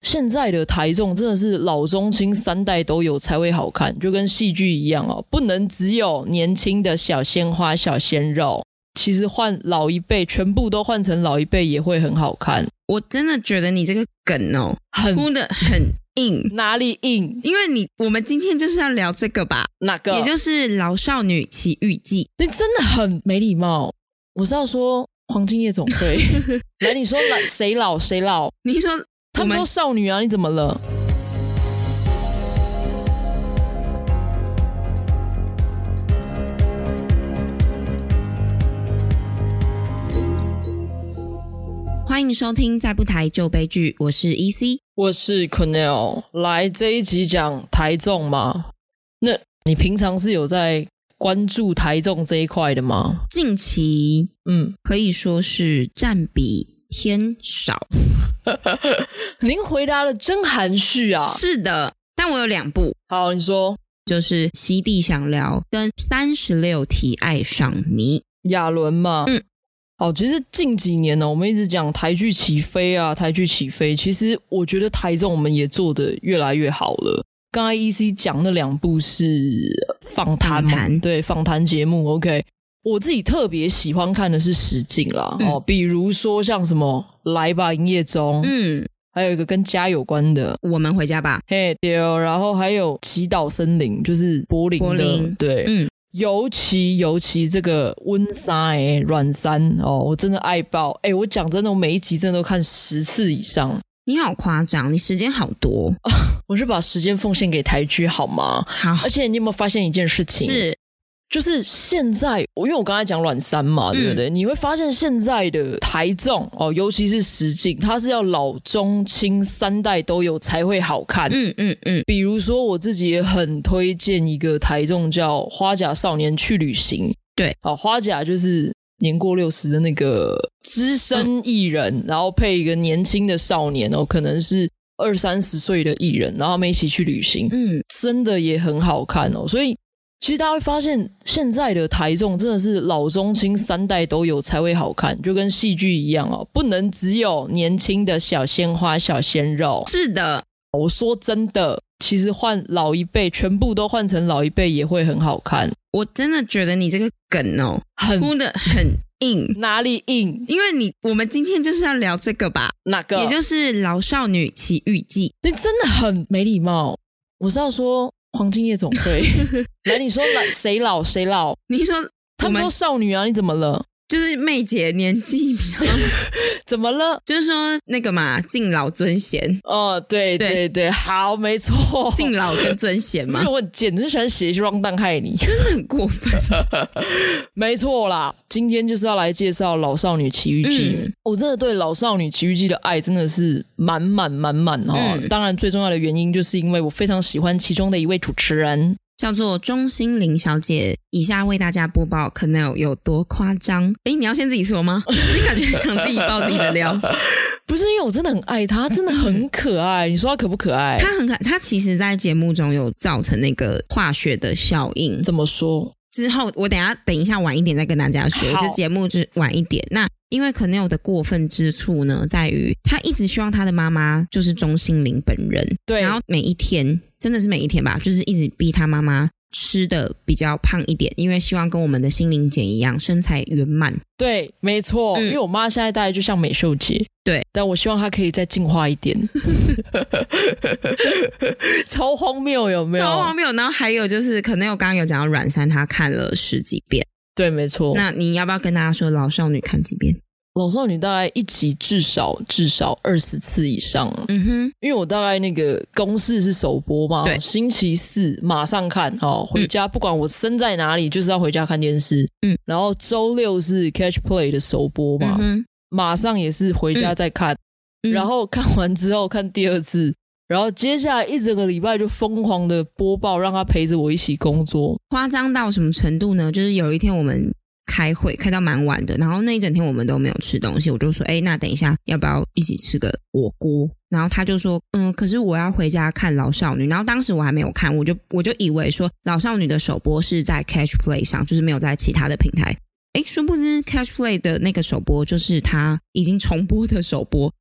现在的台中真的是老中青三代都有才会好看，就跟戏剧一样哦，不能只有年轻的小鲜花小鲜肉，其实换老一辈，全部都换成老一辈也会很好看。 我真的觉得你这个梗哦，铺得很硬。 哪里硬？ 因为我们今天就是要聊这个吧？ 哪个？ 也就是《老少女奇遇记》。 你真的很没礼貌。我是要说黄金夜总会。来，你说谁老谁老？ 你说他们都少女啊，你怎么了？ 欢迎收听再不台就悲剧，我是 EC， 我是 Cornell。 来，这一集讲台中嘛，那你平常是有在关注台中这一块的吗？ 近期可以说是占比偏少。 您回答的真含蓄啊。 是的，但我有2部。 好，你说。 就是西地想聊跟36题爱上你。 亚伦嘛。好，其实近几年呢，我们一直讲台剧起飞啊，台剧起飞。其实我觉得台中我们也做得越来越好了。刚才 EC 讲那2部是访谈嘛，对，访谈节目。OK， 我自己特别喜欢看的是实境啦，比如说像什么来吧营业中，还有一个跟家有关的我们回家吧， 嘿对，然后还有极岛森林，就是柏林的，对，尤其这个温山软山我真的爱爆。我讲真的，我每一集真的都看10次以上。 你好夸张，你时间好多。 我是把时间奉献给台剧好吗？ 好。 而且你有没有发现一件事情？是就是现在，因为我刚才讲软山嘛，对不对？你会发现现在的台中尤其是实境，它是要老中青3代都有才会好看。比如说我自己也很推荐一个台中叫花甲少年去旅行。 对， 花甲就是年过60的那个资深艺人，然后配一个年轻的少年可能是20-30岁的艺人，然后他们一起去旅行。真的也很好看所以其实大家会发现现在的台中真的是老中青3代都有才会好看，就跟戏剧一样不能只有年轻的小鲜花小鲜肉。 是的， 我说真的，其实换老一辈，全部都换成老一辈也会很好看。 我真的觉得你这个梗铺得很硬。 哪里硬？ 因为我们今天就是要聊这个吧？ 哪个？ 也就是《老少女奇遇记》。 你真的很没礼貌。我是要说黄金夜总会。来，你说谁老谁老？ 你说他们都少女啊，你怎么了？ 就是妹姐年纪比较怎么了？ 就是说那个嘛，敬老尊贤。 对对对，好，没错， 敬老跟尊贤嘛。 因为我简直喜欢写一些 wrong 害你， 真的很过分。 没错啦，今天就是要来介绍《老少女奇遇记》。我真的对《老少女奇遇记》的爱真的是满满当然最重要的原因就是因为我非常喜欢其中的一位主持人， 叫做钟欣凌小姐。以下为大家播报 Cornell 有多夸张。你要先自己说吗？你感觉想自己爆自己的料？ 不是，因为我真的很爱她，真的很可爱。你说她可不可爱？ 她很可爱。她其实在节目中有造成那个化学的效应。 怎么说？ 之后我等一下晚一点再跟大家说，就节目就晚一点。那因为 Cornell 的过分之处呢，在于他一直希望他的妈妈就是钟欣凌本人。对，然后每一天真的是每一天吧，就是一直逼他妈妈吃的比较胖一点，因为希望跟我们的心凌姐一样身材圆满。对， 没错，因为我妈现在大概就像美秀姐。 对， 但我希望她可以再进化一点。超荒谬，有没有？ 超荒谬。然后还有就是可能我刚刚有讲到阮珊她看了10几遍。 对，没错。 那你要不要跟大家说老少女看几遍？ 老少女大概一集至少20次以上。因为我大概那个公视是首播嘛，对，星期4马上看回家不管我身在哪里就是要回家看电视。然后周6是 Catch Play 的首播嘛，马上也是回家再看。然后看完之后看第2次，然后接下来一整个礼拜就疯狂的播报，让他陪着我一起工作。 夸张到什么程度呢？就是有一天我们开会开到蛮晚的，然后那一整天我们都没有吃东西，我就说那等一下要不要一起吃个火锅？然后他就说可是我要回家看老少女。然后当时我还没有看，我就以为说老少女的首播是在 Catch Play 上，就是没有在其他的平台。殊不知 Catch Play 的那个首播就是他已经重播的首播，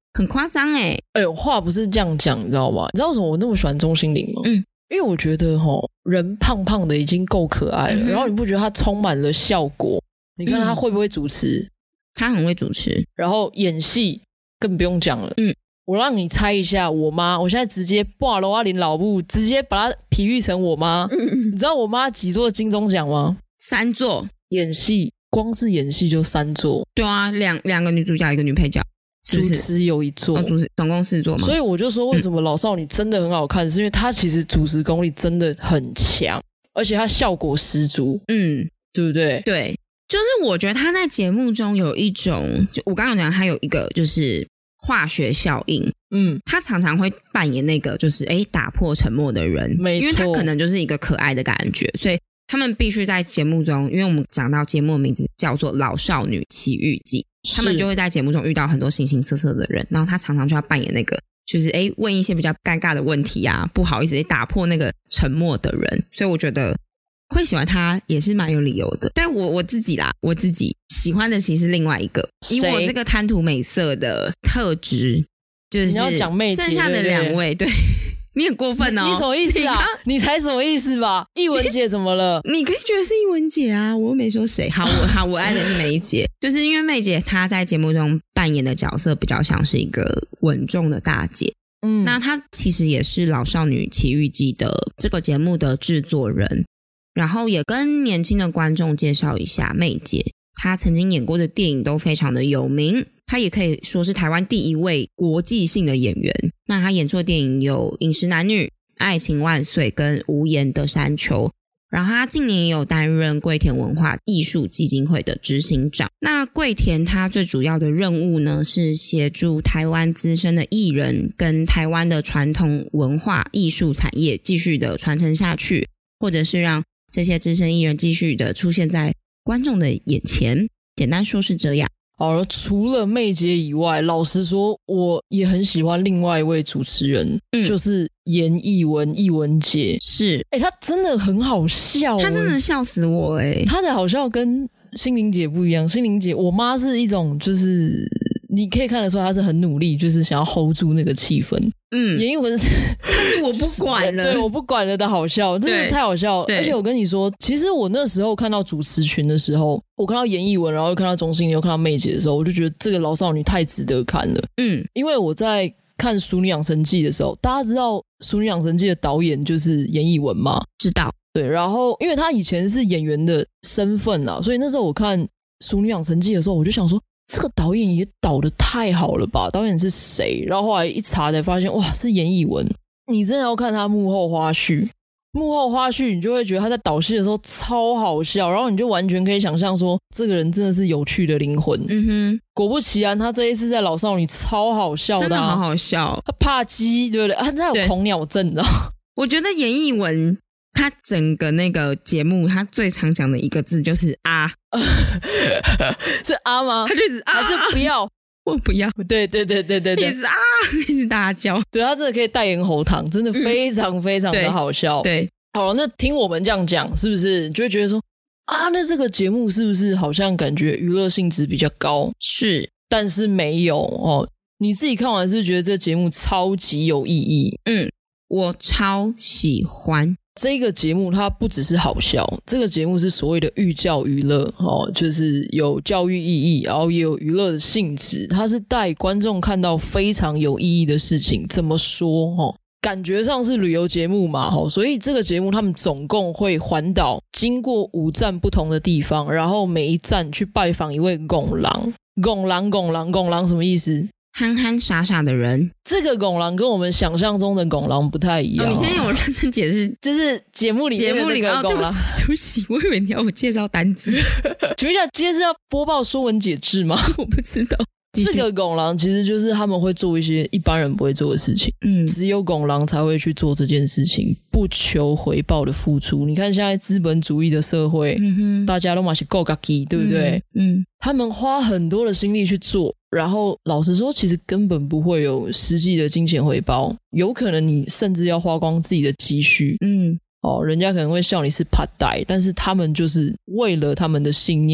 很夸张欸。 哎呦，话不是这样讲，你知道吗？你知道为什么我那么喜欢钟欣凌吗？因为我觉得人胖胖的已经够可爱了，然后你不觉得他充满了效果？你看他会不会主持？ 他很会主持， 然后演戏更不用讲了。我让你猜一下我妈，我现在直接挂楼阿林老布，直接把她比喻成我妈。你知道我妈几座金钟奖吗？3座。演戏，光是演戏就3座。 对啊，两个女主角，一个女配角。 主持有1座， 主持总共4座嘛。 所以我就说，为什么老少女真的很好看，是因为她其实主持功力真的很强，而且她效果十足。对不对？ 对，就是我觉得她在节目中有一种，就我刚刚讲，她有一个就是化学效应。她常常会扮演那个就是打破沉默的人， 没错， 因为她可能就是一个可爱的感觉，所以他们必须在节目中，因为我们讲到节目的名字叫做《老少女奇遇记》，他们就会在节目中遇到很多形形色色的人，然后他常常就要扮演那个就是问一些比较尴尬的问题啊，不好意思打破那个沉默的人，所以我觉得会喜欢他也是蛮有理由的。但我自己喜欢的其实是另外一个，以我这个贪图美色的特质，就是你要讲妹姐， 剩下的2位对。你很过分哦！ 你什么意思啊？你才什么意思吧？艺文姐怎么了？ 你可以觉得是艺文姐啊，我又没说谁。好，我爱的是梅姐，就是因为梅姐她在节目中扮演的角色比较像是一个稳重的大姐。那她其实也是《老少女奇遇记》的这个节目的制作人，然后也跟年轻的观众介绍一下梅姐。她曾经演过的电影都非常的有名，她也可以说是台湾第一位国际性的演员。那她演出的电影有《饮食男女》、《爱情万岁》跟《无言的山丘》。然后她近年也有担任桂田文化艺术基金会的执行长。那桂田她最主要的任务呢，是协助台湾资深的艺人跟台湾的传统文化艺术产业继续的传承下去，或者是让这些资深艺人继续的出现在观众的眼前，简单说是这样。 好，除了妹姐以外，老实说我也很喜欢另外一位主持人，就是严艺文，艺文姐。 是她真的很好笑， 她真的笑死我她的好笑跟心灵姐不一样。心灵姐我妈是一种就是你可以看得出来她是很努力，就是想要 hold 住那个气氛。严艺文是我不管了， 对，我不管了的好笑，真的太好笑了。而且我跟你说，其实我那时候看到主持群的时候，我看到严艺文，然后又看到钟欣凌，又看到妹姐的时候，我就觉得这个老少女太值得看了。因为我在看《淑女养成记》的时候，大家知道《淑女养成记》的导演就是严艺文吗？ 知道。 对，然后因为他以前是演员的身份啊，所以那时候我看《淑女养成记》的时候，我就想说，这个导演也导得太好了吧？导演是谁？然后后来一查才发现，哇，是严艺文。你真的要看他幕后花絮，你就会觉得他在导戏的时候超好笑，然后你就完全可以想象说，这个人真的是有趣的灵魂。果不其然，他这一次在老少女超好笑的， 真的好好笑。 他怕鸡，对不对？他有恐鸟症，你知道？ 我觉得严艺文他整个那个节目，他最常讲的一个字就是啊， 是啊吗？ 他就一直啊， 还是不要？ 我不要。 对，一直啊，一直大叫。 对，他真的可以代言喉糖，真的非常非常的好笑。 对， 好，那听我们这样讲，是不是你就会觉得说啊，那这个节目是不是好像感觉娱乐性质比较高？ 是， 但是没有哦。你自己看完是不是觉得这节目超级有意义？ 我超喜欢这个节目，它不只是好笑，这个节目是所谓的寓教于乐，就是有教育意义，然后也有娱乐的性质，它是带观众看到非常有意义的事情。怎么说？感觉上是旅游节目嘛，所以这个节目他们总共会环岛，经过5站不同的地方，然后每一站去拜访一位拱狼。拱狼什么意思？ 憨憨傻傻的人。 这个拱狼跟我们想象中的拱狼不太一样。 你先有认真解释， 就是节目里面的那个拱狼。 对不起，我以为你要我介绍单字。 请问一下，今天是要播报说文解字吗？ 我不知道。 这个拱狼其实就是他们会做一些一般人不会做的事情，只有拱狼才会去做这件事情，不求回报的付出。你看现在资本主义的社会，大家都嘛是够自己，对不对？他们花很多的心力去做，然后老实说，其实根本不会有实际的金钱回报，有可能你甚至要花光自己的积蓄。人家可能会笑你是怕呆，但是他们就是为了他们的信念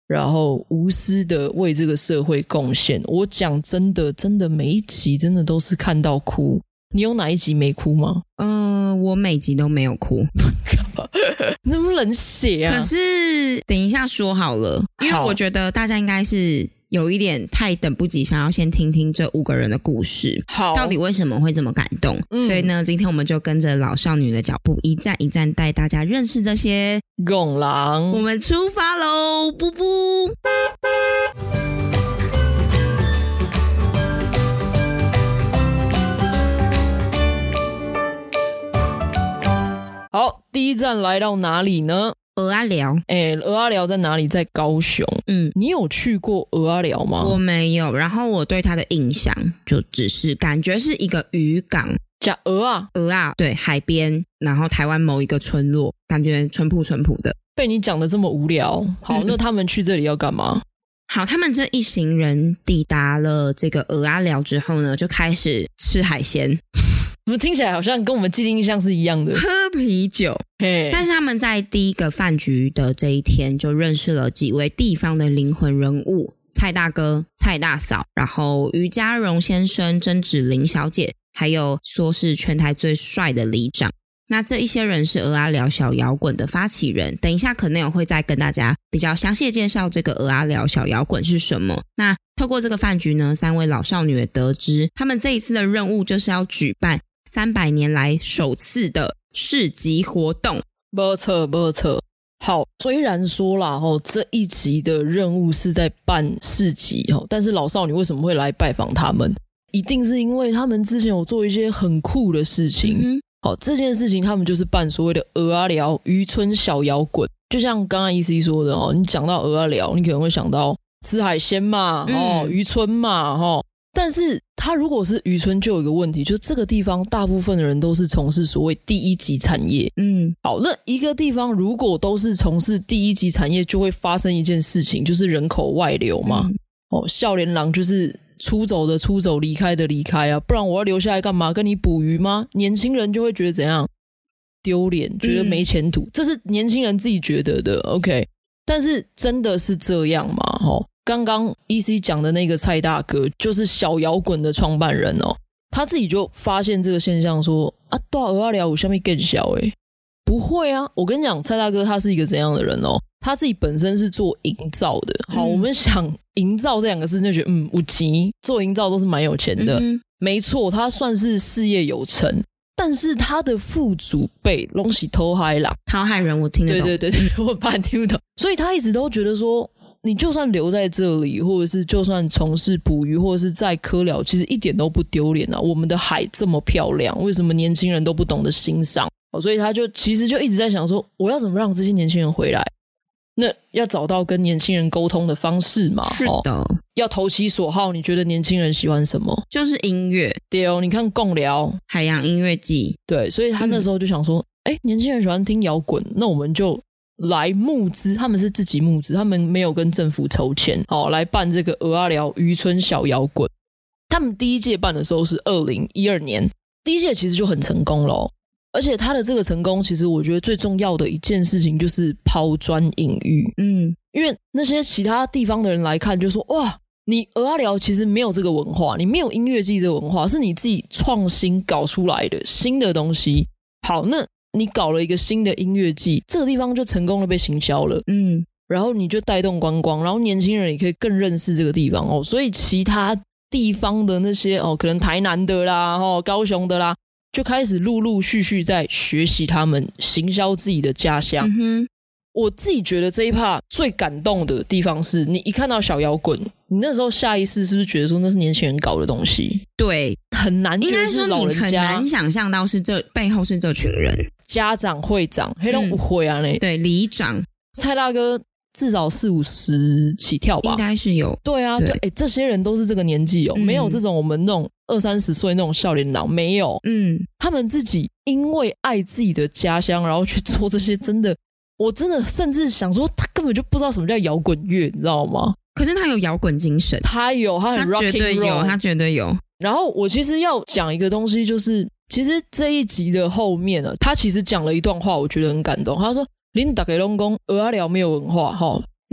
然后无私的为这个社会贡献。我讲真的每一集真的都是看到哭。你有哪一集没哭吗？ 我每集都没有哭。 你怎么冷血啊？ 可是等一下说好了，因为我觉得大家应该是有一点太等不及，想要先听听这5个人的故事， 好， 到底为什么会这么感动。所以呢，今天我们就跟着老少女的脚步，一站一站带大家认识这些拱狼。 我们出发喽，布布。 好，第一站来到哪里呢？ 蚵仔寮。 蚵仔寮在哪里？在高雄。你有去过蚵仔寮吗？ 我没有，然后我对它的印象就只是感觉是一个渔港， 假蚵仔， 对，海边，然后台湾某一个村落，感觉淳朴的。 被你讲的这么无聊。好，那他们去这里要干嘛？ 好，他们这一行人抵达了这个蚵仔寮之后呢，就开始吃海鲜。 怎么听起来好像跟我们既定印象是一样的？ 喝啤酒。但是他们在第一个饭局的这一天就认识了几位地方的灵魂人物，蔡大哥、蔡大嫂，然后于家荣先生、曾芷玲小姐，还有说是全台最帅的里长。那这一些人是蚵仔寮小摇滚的发起人，等一下可能我会再跟大家比较详细的介绍这个蚵仔寮小摇滚是什么。那透过这个饭局呢，3位老少女也得知他们这一次的任务就是要举办300年来首次的市集活动。 没错。好，虽然说啦这一集的任务是在办市集但是老少女为什么会来拜访他们？一定是因为他们之前有做一些很酷的事情。好，这件事情他们就是办所谓的蚵仔寮渔村小摇滚。就像刚刚 EC 说的你讲到蚵仔寮，你可能会想到吃海鲜嘛，渔村嘛，但是它如果是渔村就有一个问题，就是这个地方大部分的人都是从事所谓第一级产业。好，那一个地方如果都是从事第一级产业，就会发生一件事情，就是人口外流嘛。少年郎就是出走的出走，离开的离开啊，不然我要留下来干嘛？跟你捕鱼吗？年轻人就会觉得怎样？丢脸，觉得没前途，这是年轻人自己觉得的。OK， 但是真的是这样吗？刚刚 EC 讲的那个蔡大哥就是小摇滚的创办人他自己就发现这个现象说对蚵仔寮有下面更小不会啊，我跟你讲，蔡大哥他是一个怎样的人他自己本身是做营造的。好，我们想营造这2个字就觉得有钱，做营造都是蛮有钱的。没错，他算是事业有成，但是他的父祖辈都是偷海人， 讨海人我听得懂。 对，我怕你听不懂。所以他一直都觉得说，你就算留在这里，或者是就算从事捕鱼，或者是在科寮，其实一点都不丢脸啊。我们的海这么漂亮，为什么年轻人都不懂得欣赏？所以他就其实就一直在想说，我要怎么让这些年轻人回来？那要找到跟年轻人沟通的方式嘛。 是的， 要投其所好。你觉得年轻人喜欢什么？ 就是音乐。 对你看共聊海洋音乐季。 对，所以他那时候就想说年轻人喜欢听摇滚，那我们就来募资。他们是自己募资，他们没有跟政府筹钱来办这个蚵仔寮渔村小摇滚。他们第一届办的时候是2012年，第一届其实就很成功了而且他的这个成功，其实我觉得最重要的一件事情就是抛砖引玉。因为那些其他地方的人来看就说，哇，你蚵仔寮其实没有这个文化，你没有音乐季这个文化，是你自己创新搞出来的新的东西。好，那你搞了一个新的音乐季，这个地方就成功的被行销了。然后你就带动观光，然后年轻人也可以更认识这个地方所以其他地方的那些可能台南的啦高雄的啦，就开始陆陆续续在学习他们行销自己的家乡。我自己觉得这一趴最感动的地方是，你一看到小摇滚，你那时候下意识是不是觉得说那是年轻人搞的东西？ 对， 很难觉得是老人家， 应该说你很难想象到是这背后是这群人， 家长会长黑龙不会啊对， 里长蔡大哥至少40-50起跳吧， 应该是有。 对啊，对，这些人都是这个年纪没有这种我们那种20-30岁那种少年郎，没有。他们自己因为爱自己的家乡，然后去做这些，真的，我真的甚至想说，他根本就不知道什么叫摇滚乐，你知道吗？ 可是他有摇滚精神， 他很 rock and roll， 他绝对有。 然后我其实要讲一个东西，就是其实这一集的后面呢，他其实讲了一段话，我觉得很感动。他说：“恁大家拢讲蚵仔寮没有文化那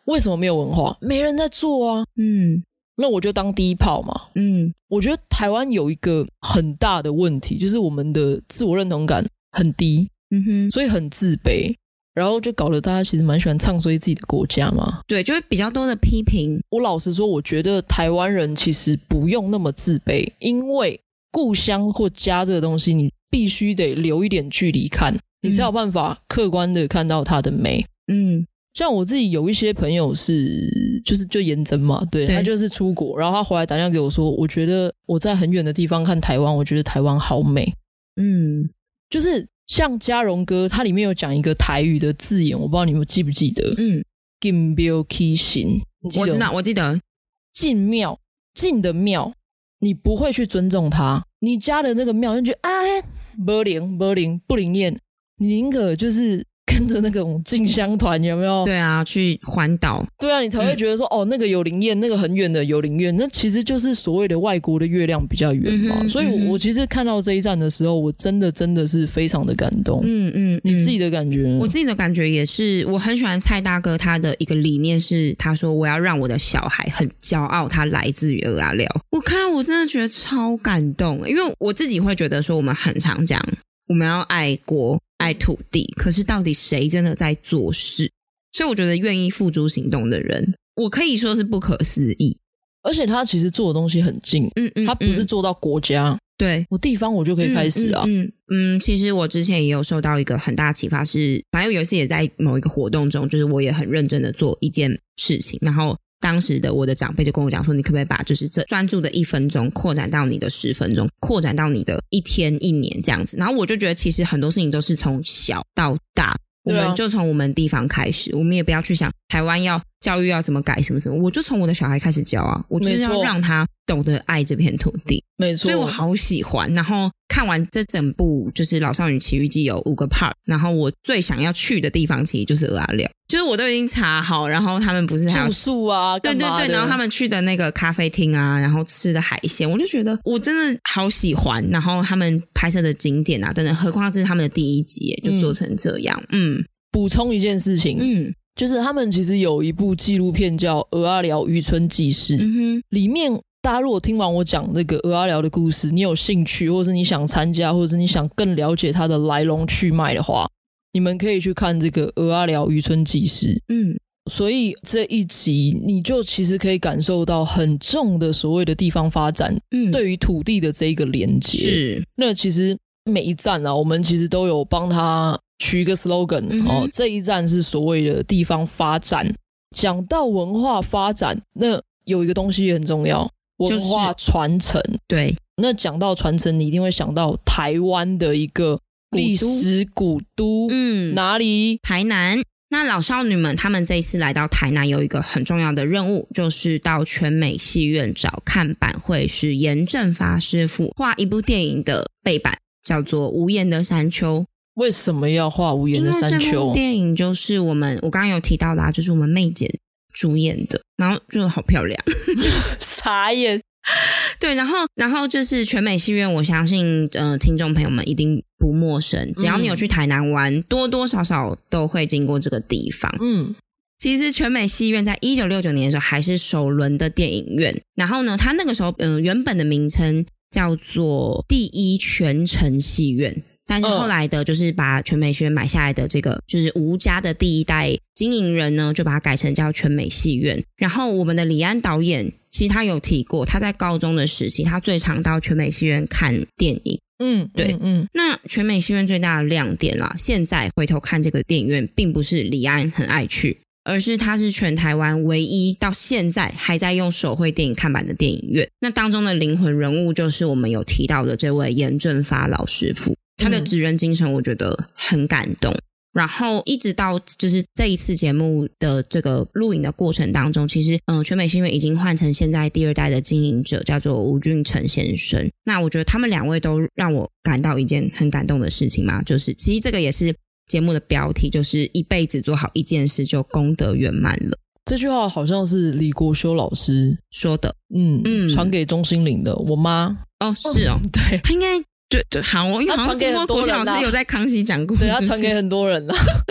为什么没有文化？没人在做啊。那我就当第一炮嘛。我觉得台湾有一个很大的问题，就是我们的自我认同感很低，所以很自卑，然后就搞得大家其实蛮喜欢唱衰自己的国家嘛。 对，就会比较多的批评。 我老实说，我觉得台湾人其实不用那么自卑，因为故乡或家这个东西，你必须得留一点距离看，你才有办法客观的看到它的美。像我自己有一些朋友就颜真嘛，对，他就是出国，然后他回来打电话给我说，我觉得我在很远的地方看台湾，我觉得台湾好美。就是像嘉荣哥他里面有讲一个台语的字眼，我不知道你们记不记得。敬庙起神， 我记得进庙，进的庙你不会去尊重它，你家的那个庙就觉得没灵不灵验，你宁可就是跟着那种进香团，有没有？ 对啊，去环岛。对啊，你才会觉得说那个有灵验，那个很远的有灵验，那其实就是所谓的外国的月亮比较远嘛。所以我其实看到这一站的时候，我真的是非常的感动。你自己的感觉呢？ 我自己的感觉也是，我很喜欢蔡大哥他的一个理念是，他说我要让我的小孩很骄傲，他来自于蚵仔寮。我看到我真的觉得超感动，因为我自己会觉得说，我们很常讲我们要爱国爱土地，可是到底谁真的在做事？所以我觉得愿意付诸行动的人，我可以说是不可思议。 而且他其实做的东西很近，他不是做到国家， 对， 我地方我就可以开始啊。 其实我之前也有受到一个很大启发是，反正有一次也在某一个活动中，就是我也很认真的做一件事情，然后当时的我的长辈就跟我讲说，你可不可以把就是这专注的1分钟扩展到你的10分钟，扩展到你的1天1年这样子。然后我就觉得其实很多事情都是从小到大，我们就从我们地方开始，我们也不要去想台湾要教育要怎么改什么什么，我就从我的小孩开始教啊，我就是要让他懂得爱这片土地。 没错， 所以我好喜欢。然后看完这整部就是《老少女奇遇记》有5个 part， 然后我最想要去的地方其实就是蚵仔寮，就是我都已经查好，然后他们不是还有住宿啊， 对对对，然后他们去的那个咖啡厅啊，然后吃的海鲜，我就觉得我真的好喜欢。然后他们拍摄的景点啊等等，何况这是他们的第1集就做成这样。 补充一件事情，就是他们其实有一部纪录片叫《蚵仔寮渔村纪事》，里面大家如果听完我讲那个蚵仔寮的故事，你有兴趣，或者是你想参加，或者是你想更了解它的来龙去脉的话，你们可以去看这个蚵仔寮渔村纪事。所以这一集你就其实可以感受到很重的所谓的地方发展对于土地的这一个连结。 是， 那其实每一站啊，我们其实都有帮他取一个 slogan，这一站是所谓的地方发展。讲到文化发展，那有一个东西也很重要，文化传承。 对， 那讲到传承，你一定会想到台湾的一个历史古都，哪里？ 台南。那老少女们他们这一次来到台南有一个很重要的任务，就是到全美戏院找看板绘师严正发师傅画一部电影的背板，叫做《无言的山丘》。 为什么要画无言的山丘？ 因为这部电影就是我刚刚有提到的就是我们妹姐主演的，然后就好漂亮。 傻眼。 对，然后就是全美戏院，我相信听众朋友们一定不陌生，只要你有去台南玩，多多少少都会经过这个地方。其实全美戏院在1969年的时候还是首轮的电影院，然后呢，它那个时候原本的名称叫做第一全城戏院，但是后来的就是把全美戏院买下来的这个就是吴家的第一代经营人呢，就把它改成叫全美戏院。然后我们的李安导演其实他有提过，他在高中的时期他最常到全美戏院看电影。对，那全美戏院最大的亮点啦，现在回头看这个电影院并不是李安很爱去，而是它是全台湾唯一到现在还在用手绘电影看板的电影院。那当中的灵魂人物就是我们有提到的这位严正发老师傅，他的职人精神我觉得很感动。然后一直到就是这一次节目的这个录影的过程当中，其实全美戏院已经换成现在第2代的经营者，叫做吴俊成先生。那我觉得他们2位都让我感到一件很感动的事情嘛，就是其实这个也是节目的标题，就是一辈子做好一件事就功德圆满了。 这句话好像是李国修老师说的， 传给钟欣凌的，我妈。 是哦， 对， 他应该对好，因为好像听过国修老师有在康熙讲过， 对，他传给很多人了。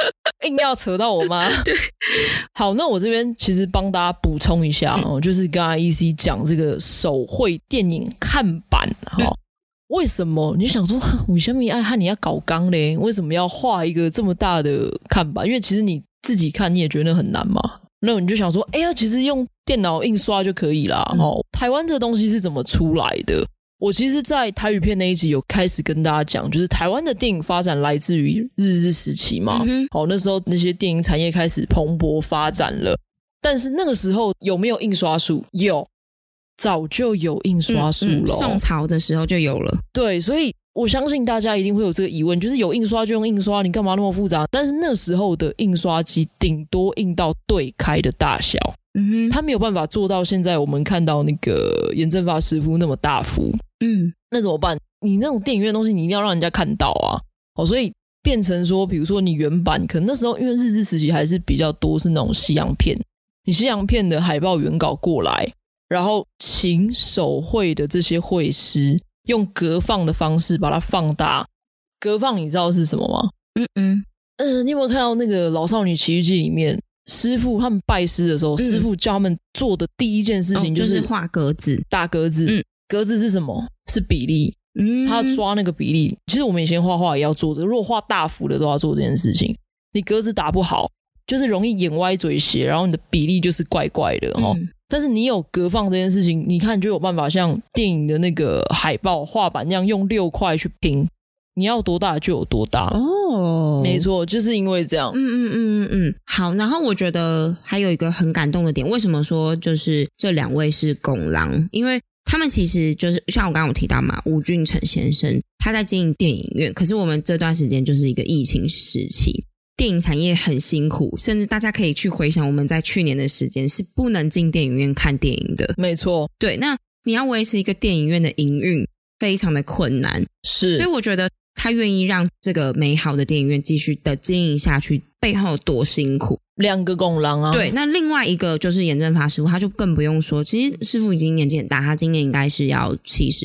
硬要扯到我妈。 对， 好，那我这边其实帮大家补充一下就是刚才 EC 讲这个手绘电影看板为什么你想说为什么爱和你要搞纲嘞？为什么要画一个这么大的看板？因为其实你自己看你也觉得很难嘛。那你就想说其实用电脑印刷就可以啦。台湾这个东西是怎么出来的？我其实在台语片那一集有开始跟大家讲，就是台湾的电影发展来自于日治时期嘛。那时候那些电影产业开始蓬勃发展了，但是那个时候有没有印刷术？有，早就有印刷术了。 宋朝的时候就有了。 对，所以我相信大家一定会有这个疑问，就是有印刷就用印刷，你干嘛那么复杂？但是那时候的印刷机顶多印到对开的大小，它没有办法做到现在我们看到那个严正发师傅那么大幅。那怎么办？你那种电影院的东西你一定要让人家看到啊。所以变成说比如说你原版可能那时候因为日治时期还是比较多是那种西洋片，你西洋片的海报原稿过来，然后请手绘的这些绘师用格放的方式把它放大。格放你知道是什么吗？你有没有看到那个老少女奇遇记里面师傅他们拜师的时候，师傅叫他们做的第一件事情就是画格子， 大格子。格子是什么？是比例。他抓那个比例。其实我们以前画画也要做这个，如果画大幅的都要做这件事情。你格子打不好就是容易眼歪嘴斜，然后你的比例就是怪怪的但是你有格放这件事情，你看就有办法像电影的那个海报画板那样用6块去拼，你要多大就有多大。没错，就是因为这样。 好，然后我觉得还有一个很感动的点，为什么说就是这2位是拱狼？因为他们其实就是像我刚刚有提到嘛，吴俊成先生他在经营电影院，可是我们这段时间就是一个疫情时期，电影产业很辛苦，甚至大家可以去回想我们在去年的时间是不能进电影院看电影的。 没错， 对，那你要维持一个电影院的营运非常的困难， 是， 所以我觉得他愿意让这个美好的电影院继续的经营下去，背后有多辛苦。 2个拱狼啊。 对，那另外一个就是严正发师傅，他就更不用说，其实师傅已经年纪很大，他今年应该是要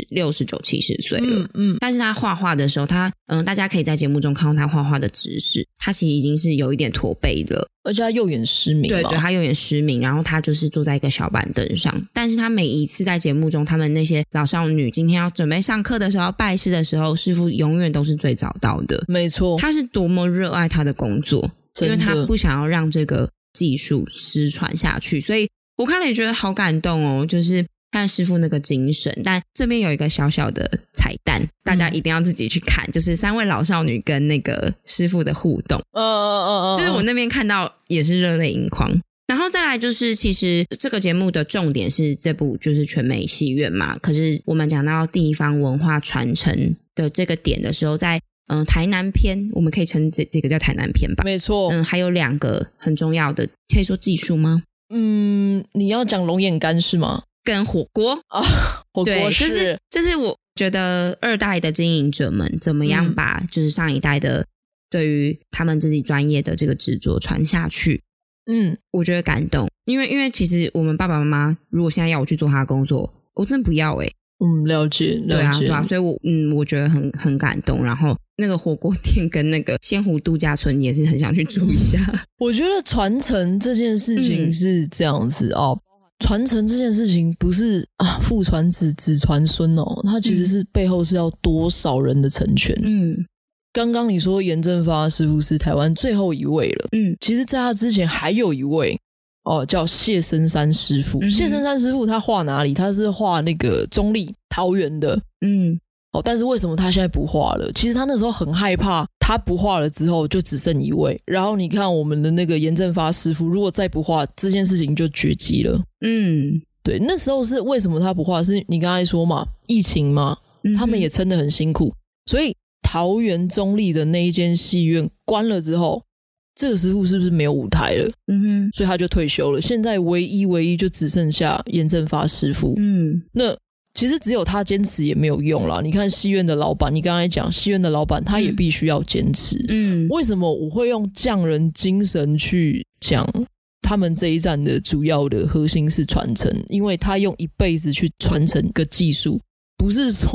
69、70岁了。但是他画画的时候，他大家可以在节目中看到他画画的姿势，他其实已经是有一点驼背了， 而且他右眼失明。 对，他右眼失明，然后他就是坐在一个小板凳上，但是他每一次在节目中，他们那些老少女今天要准备上课的时候，拜师的时候，师傅永远都是最早到的。 没错， 他是多么热爱他的工作，因为他不想要让这个技术失传下去，所以我看了也觉得好感动哦，就是看师傅那个精神。但这边有一个小小的彩蛋，大家一定要自己去看，就是3位老少女跟那个师傅的互动。就是我那边看到也是热泪盈眶。然后再来就是其实这个节目的重点是这部就是全美戏院嘛，可是我们讲到地方文化传承的这个点的时候，在台南篇我们可以称这个叫台南篇吧。 没错。 还有2个很重要的，可以说技术吗？ 你要讲龙眼干是吗？ 跟火锅啊，火锅对，就是我觉得2代的经营者们怎么样把就是上一代的对于他们自己专业的这个制作传下去。我觉得感动，因为其实我们爸爸妈妈如果现在要我去做他的工作，我真的不要了解。 对啊，所以我觉得很感动。然后那个火锅店跟那个仙湖度假村也是很想去住一下。 我觉得传承这件事情是这样子传承这件事情不是父传子，子传孙它其实是背后是要多少人的成全。刚刚你说严正发师傅是台湾最后一位了，其实在他之前还有一位叫谢生山师傅。谢生山师傅他画哪里？他是画那个中立桃园的。但是为什么他现在不画了？其实他那时候很害怕，他不画了之后就只剩一位。然后你看我们的那个严正发师傅，如果再不画，这件事情就绝迹了。对，那时候是为什么他不画？是你刚才说嘛，疫情嘛，他们也撑得很辛苦，所以桃园中立的那一间戏院关了之后，这个师傅是不是没有舞台了？所以他就退休了。现在唯一就只剩下严正发师傅。那其实只有他坚持也没有用啦。你看戏院的老板，你刚才讲戏院的老板，他也必须要坚持。为什么我会用匠人精神去讲他们这一站的主要的核心是传承？因为他用一辈子去传承一个技术，不是说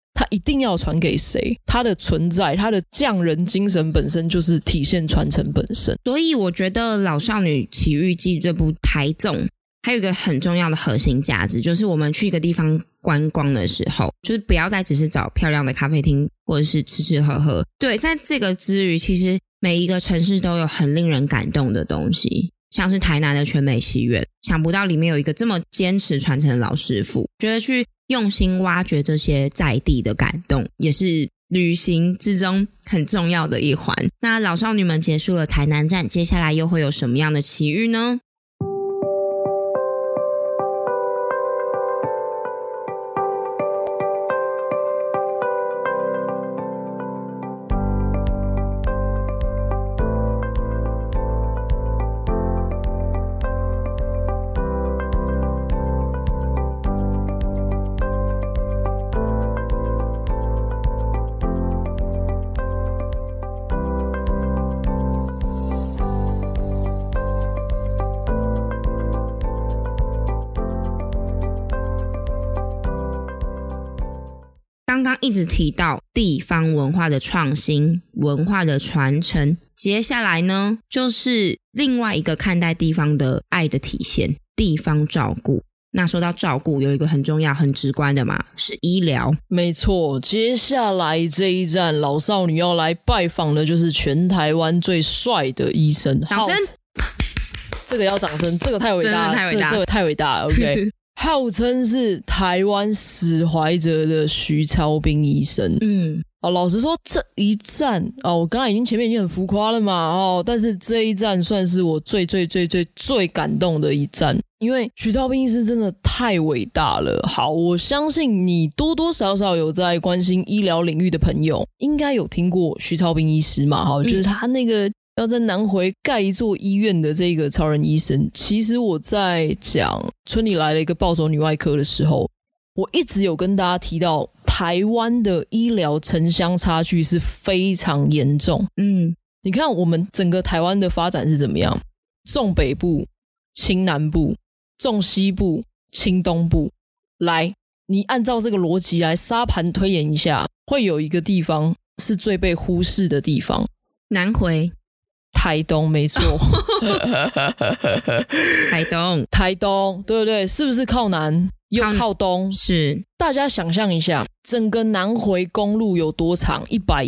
他一定要传给谁，他的存在，他的匠人精神本身就是体现传承本身。 所以我觉得《老少女奇遇记》这部台综还有一个很重要的核心价值，就是我们去一个地方观光的时候，就是不要再只是找漂亮的咖啡厅或者是吃吃喝喝。对，在这个之余，其实每一个城市都有很令人感动的东西，像是台南的全美戏院，想不到里面有一个这么坚持传承的老师傅，觉得去用心挖掘这些在地的感动，也是旅行之中很重要的一环。那老少女们结束了台南站，接下来又会有什么样的奇遇呢？刚刚一直提到地方文化的创新、文化的传承，接下来呢，就是另外一个看待地方的爱的体现——地方照顾。那说到照顾，有一个很重要、很直观的嘛，是医疗。 没错，接下来这一站，老少女要来拜访的就是全台湾最帅的医生。 掌声！ 这个要掌声，这个太伟大了，这个太伟大了。OK。号称是台湾史怀哲的徐超斌医生。老实说这一站我刚才前面已经很浮夸了嘛但是这一站算是我最感动的一站，因为徐超斌医师真的太伟大了。好，我相信你多多少少有在关心医疗领域的朋友，应该有听过徐超斌医师嘛就是他那个要在南回盖一座医院的这个超人医生。其实我在讲村里来了一个暴走女外科的时候，我一直有跟大家提到台湾的医疗城乡差距是非常严重。你看我们整个台湾的发展是怎么样，重北部轻南部，重西部轻东部。来，你按照这个逻辑来沙盘推演一下，会有一个地方是最被忽视的地方。 南回台东，没错。台东，对不对？是不是靠南又靠东？ 是。 大家想象一下，整个南回公路有多长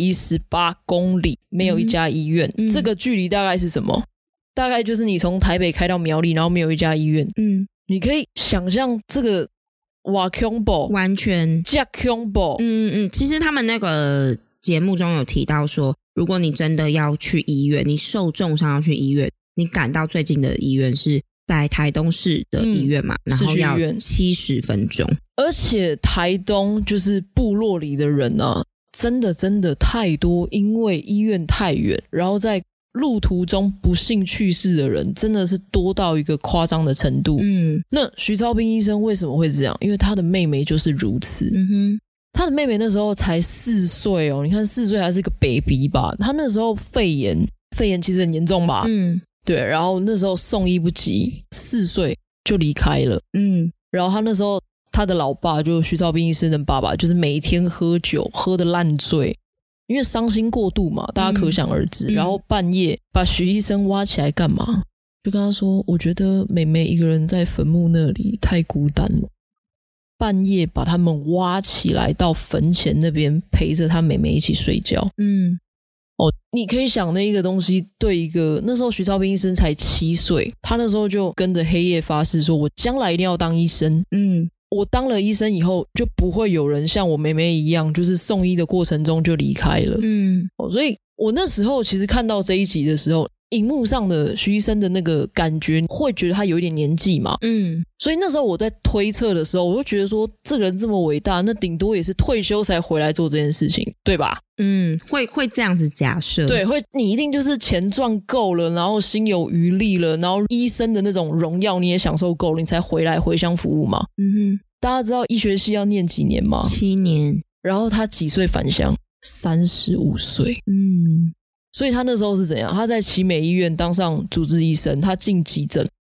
？118公里，没有一家医院。这个距离大概是什么？大概就是你从台北开到苗栗，然后没有一家医院。你可以想象这个哇恐怖， 完全加恐怖。 其实他们那个节目中有提到说，如果你真的要去医院，你受重伤要去医院，你赶到最近的医院是在台东市的医院嘛，然后要70分钟。 而且台东就是部落里的人啊，真的太多，因为医院太远，然后在路途中不幸去世的人真的是多到一个夸张的程度。那徐超斌医生为什么会这样？因为他的妹妹就是如此。他的妹妹那时候才4岁你看4岁还是个 baby 吧，他那时候肺炎其实很严重吧。对，然后那时候送医不及，4岁就离开了。然后他那时候他的老爸就徐超斌医生的爸爸，就是每一天喝酒喝得烂醉，因为伤心过度嘛，大家可想而知。然后半夜把徐医生挖起来干嘛？就跟他说，我觉得妹妹一个人在坟墓那里太孤单了。半夜把他们挖起来到坟前那边陪着他妹妹一起睡觉。你可以想那一个东西对一个那时候徐超斌医生才7岁，他那时候就跟着黑夜发誓说，我将来一定要当医生。我当了医生以后就不会有人像我妹妹一样，就是送医的过程中就离开了。所以我那时候其实看到这一集的时候，荧幕上的徐医生的那个感觉会觉得他有一点年纪嘛。所以那时候我在推测的时候，我就觉得说这个人这么伟大，那顶多也是退休才回来做这件事情，对吧？ 会这样子假设。 对，你一定就是钱赚够了，然后心有余力了，然后医生的那种荣耀你也享受够了，你才回来回乡服务嘛。大家知道医学系要念几年吗 ？7年。 然后他几岁返乡？35岁。所以他那时候是怎样？他在奇美医院当上主治医生，他进急诊，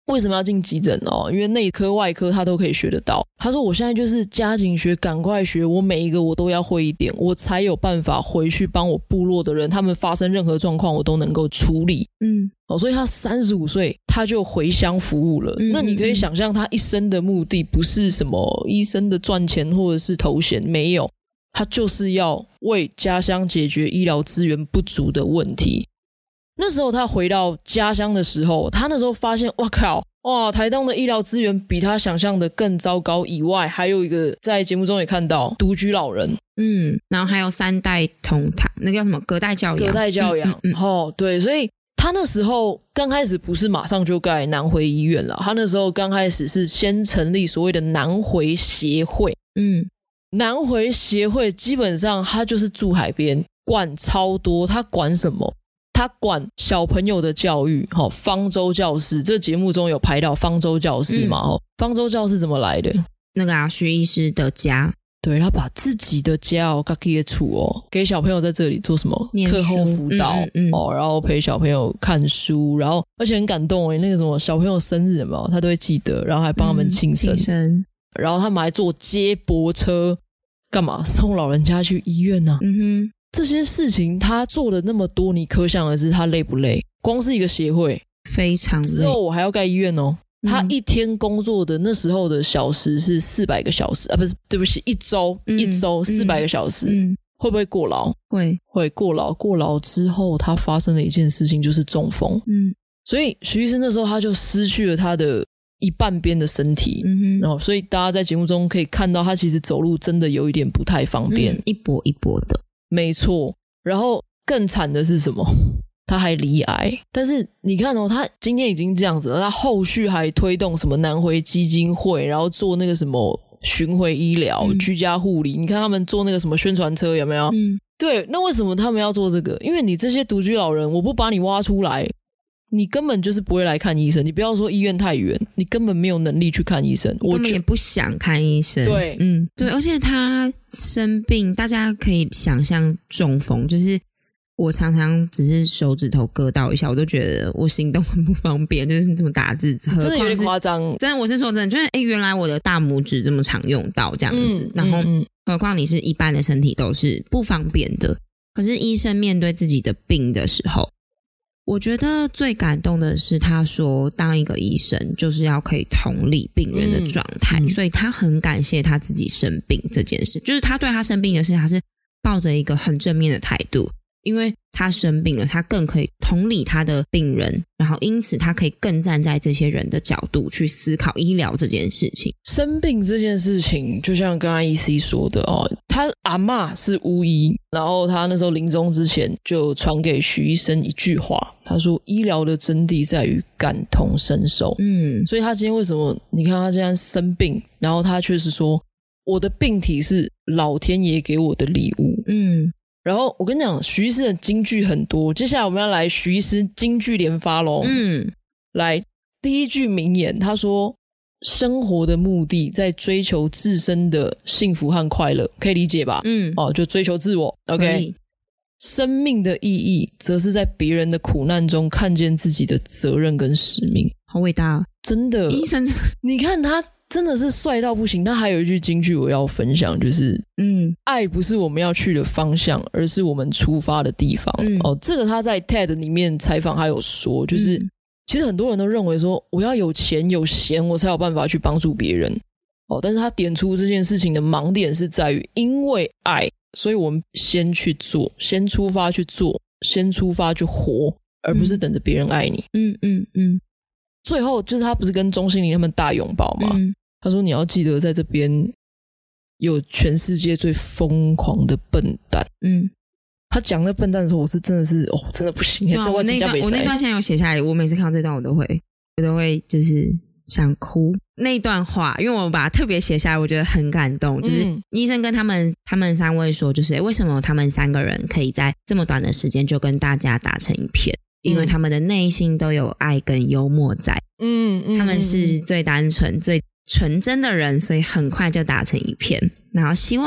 为什么要进急诊哦？因为内科外科他都可以学得到。他说我现在就是加紧学，赶快学，我每一个我都要会一点，我才有办法回去帮我部落的人，他们发生任何状况我都能够处理。所以他35岁他就回乡服务了。那你可以想象他一生的目的不是什么医生的赚钱或者是头衔，没有，他就是要为家乡解决医疗资源不足的问题。那时候他回到家乡的时候，他那时候发现哇靠，哇，台东的医疗资源比他想象的更糟糕，以外还有一个在节目中也看到独居老人， 然后还有3代同堂，那个叫什么隔代教养， 对，所以他那时候刚开始不是马上就盖南回医院了，他那时候刚开始是先成立所谓的南回协会。南回协会基本上他就是住海边，管超多，他管什么？他管小朋友的教育，方舟教室，这节目中有拍到方舟教室嘛？方舟教室怎么来的？ 那个徐医师的家， 对，他把自己的家自己的厝给小朋友在这里做什么课后辅导，然后陪小朋友看书，然后而且很感动那个什么小朋友生日有没有，他都会记得，然后还帮他们庆生，然后他们还坐接驳车干嘛送老人家去医院啊？这些事情他做了那么多，你可想而知他累不累？光是一个协会非常累， 之后我还要盖医院哦。他一天工作的那时候的小时是400个小时啊，不是，对不起，一周400个小时，会不会过劳？会过劳。过劳之后，他发生了一件事情，就是中风。所以徐医生那时候他就失去了他的一半边的身体，所以大家在节目中可以看到，他其实走路真的有一点不太方便， 一跛一跛的。 没错，然后更惨的是什么？他还罹癌。但是你看他今天已经这样子了，他后续还推动什么南回基金会，然后做那个什么巡回医疗、居家护理。你看他们做那个什么宣传车有没有？对，那为什么他们要做这个？因为你这些独居老人，我不把你挖出来，你根本就是不会来看医生。你不要说医院太远，你根本没有能力去看医生， 我根本也不想看医生。 对， 对，而且他生病，大家可以想象中风，就是我常常只是手指头割到一下，我都觉得我行动很不方便，就是这么打字，真的有点夸张。 真的，我是说真的，就是原来我的大拇指这么常用到这样子，然后何况你是一般的身体都是不方便的。可是医生面对自己的病的时候，我觉得最感动的是他说当一个医生就是要可以同理病人的状态，所以他很感谢他自己生病这件事，就是他对他生病的事他是抱着一个很正面的态度，因为他生病了，他更可以同理他的病人，然后因此他可以更站在这些人的角度去思考医疗这件事情。 生病这件事情就像刚刚 EC 说的他阿嬷是巫医，然后他那时候临终之前就传给许医生一句话，他说医疗的真谛在于感同身受。所以他今天为什么你看他现在生病，然后他却是说我的病体是老天爷给我的礼物。然后我跟你讲，徐医师的金句很多，接下来我们要来徐医师金句连发咯。来，第一句名言，他说生活的目的在追求自身的幸福和快乐，可以理解吧？就追求自我。 OK， 生命的意义则是在别人的苦难中看见自己的责任跟使命。 好伟大， 真的， 医生你看他真的是帅到不行。他还有一句金句我要分享，就是爱不是我们要去的方向，而是我们出发的地方。这个他在 TED 里面采访还有说，就是其实很多人都认为说我要有钱有闲我才有办法去帮助别人。但是他点出这件事情的盲点是在于，因为爱，所以我们先去做，先出发去做，先出发去活，而不是等着别人爱你。最后就是他不是跟钟欣凌他们大拥抱吗？他说你要记得在这边有全世界最疯狂的笨蛋。他讲那笨蛋的时候，我是真的是真的不行。 我那段现在有写下来，我每次看到这段我都会就是想哭。那段话因为我把它特别写下来，我觉得很感动。就是医生跟他们3位说，就是为什么他们3个人可以在这么短的时间就跟大家打成一片，因为他们的内心都有爱跟幽默在。他们是最单纯最纯真的人，所以很快就打成一片。然后希望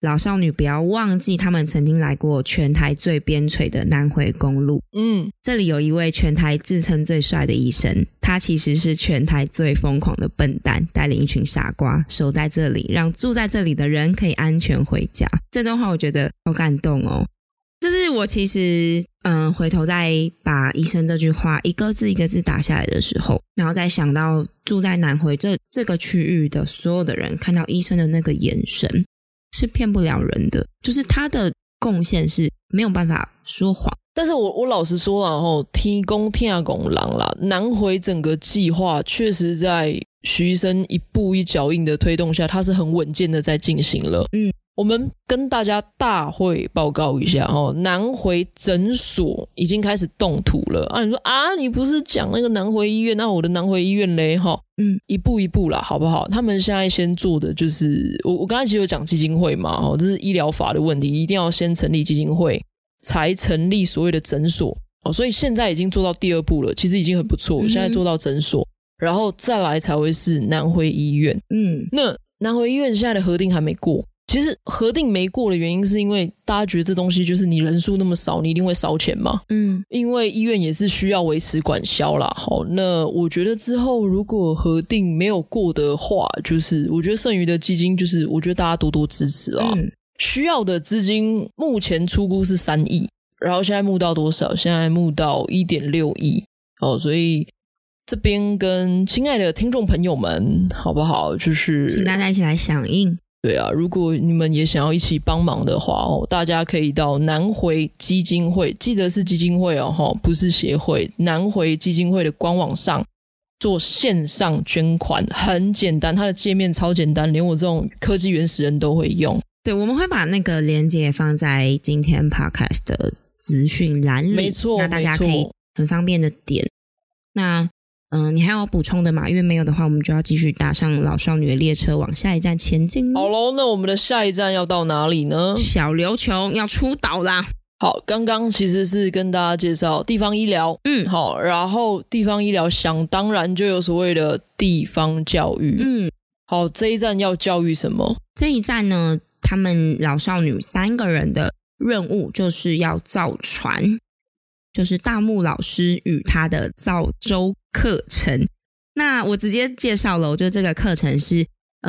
老少女不要忘记他们曾经来过全台最边陲的南回公路。这里有一位全台自称最帅的医生，他其实是全台最疯狂的笨蛋，带领一群傻瓜守在这里，让住在这里的人可以安全回家。这段话我觉得好感动哦。就是我其实回头再把医生这句话一个字一个字打下来的时候，然后再想到住在南回这个区域的所有的人看到医生的那个眼神是骗不了人的，就是他的贡献是没有办法说谎。 但是我老实说啦，天公天公人啦，南回整个计划确实在徐医生一步一脚印的推动下，他是很稳健的在进行了。我们跟大家大会报告一下南回诊所已经开始动土了你说你不是讲那个南回医院，那我的南回医院嘞一步一步啦，好不好？他们现在先做的就是我刚才其实有讲基金会嘛这是医疗法的问题，一定要先成立基金会才成立所谓的诊所所以现在已经做到第2步了，其实已经很不错现在做到诊所，然后再来才会是南回医院。那南回医院现在的核定还没过，其实核定没过的原因是因为大家觉得这东西就是你人数那么少，你一定会烧钱嘛。因为医院也是需要维持管销啦。那我觉得之后如果核定没有过的话，就是我觉得剩余的基金就是我觉得大家多多支持啦。需要的资金目前初估是3亿，然后现在募到多少？现在募到 1.6 亿所以这边跟亲爱的听众朋友们好不好，就是请大家一起来响应。 对啊，如果你们也想要一起帮忙的话大家可以到南回基金会，记得是基金会不是协会，南回基金会的官网上做线上捐款，很简单，它的界面超简单，连我这种科技原始人都会用。 对，我们会把那个连结放在今天 podcast 的资讯栏里， 没错， 那大家可以很方便的点。那你还有补充的吗？因为没有的话，我们就要继续搭上老少女的列车往下一站前进。 好咯，那我们的下一站要到哪里呢？ 小琉球要出岛啦。 好，刚刚其实是跟大家介绍地方医疗，好，然后地方医疗想当然就有所谓的地方教育，好，这一站要教育什么？ 这一站呢，他们老少女3个人的任务就是要造船，就是大木老师与他的造舟课程。那我直接介绍了，就这个课程是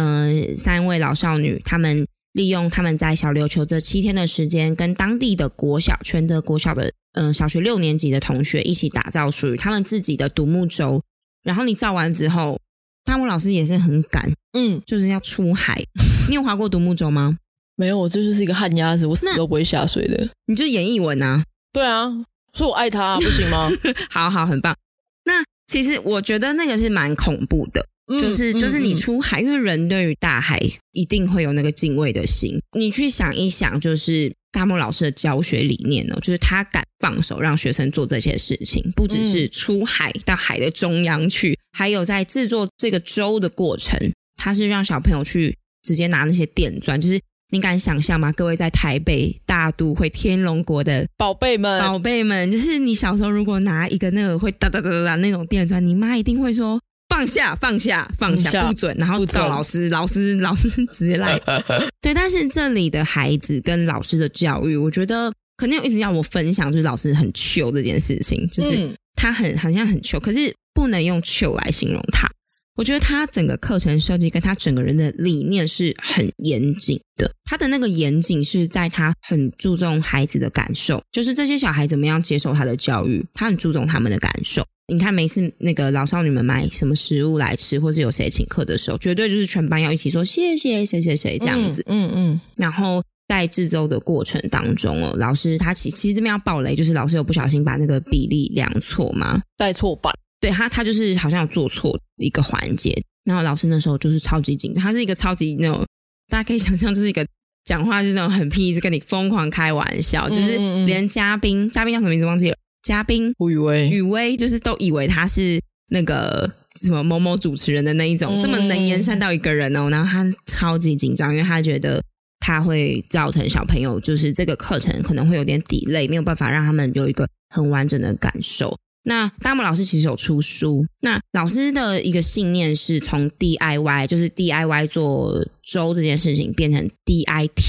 3位老少女他们利用他们在小琉球这7天的时间，跟当地的国小全德国小的小学6年级的同学一起打造属于他们自己的独木舟。然后你造完之后，大木老师也是很赶，就是要出海。你有划过独木舟吗？ 没有，我这就是一个旱鸭子，我死都不会下水的。 你就演绎文啊？ 对啊，所以我爱他不行吗？ 好好，很棒。那其实我觉得那个是蛮恐怖的，就是你出海，因为人对于大海一定会有那个敬畏的心。你去想一想，就是大木老师的教学理念呢，就是他敢放手让学生做这些事情，不只是出海到海的中央去，还有在制作这个舟的过程，他是让小朋友去直接拿那些电钻，就是你敢想象吗？各位在台北大都会天龙国的宝贝们， 就是你小时候如果拿一个那个会哒哒哒哒那种电钻，你妈一定会说放下不准，然后找老师直接来。对，但是这里的孩子跟老师的教育，我觉得肯定有一直要我分享，就是老师很糗这件事情，就是他好像很糗，可是不能用糗来形容他。我觉得他整个课程设计跟他整个人的理念是很严谨的，他的那个严谨是在他很注重孩子的感受，就是这些小孩怎么样接受他的教育，他很注重他们的感受。你看每次那个老少女们买什么食物来吃，或是有谁请客的时候，绝对就是全班要一起说谢谢谁谁谁这样子。然后在制作的过程当中老师他其实这边要爆雷，就是老师有不小心把那个比例量错嘛， 带错版。 对，他就是好像有做错一个环节，然后老师那时候就是超级紧张，他是一个超级那种大家可以想象，就是一个讲话是那种很屁，是跟你疯狂开玩笑，就是连嘉宾叫什么名字忘记了，嘉宾雨薇就是都以为他是那个什么某某主持人的那一种，这么能言善道一个人然后他超级紧张，因为他觉得他会造成小朋友就是这个课程可能会有点 delay， 没有办法让他们有一个很完整的感受。那大木老师其实有出书，那老师的一个信念是从 DIY 就是 DIY 做粥这件事情变成 DIT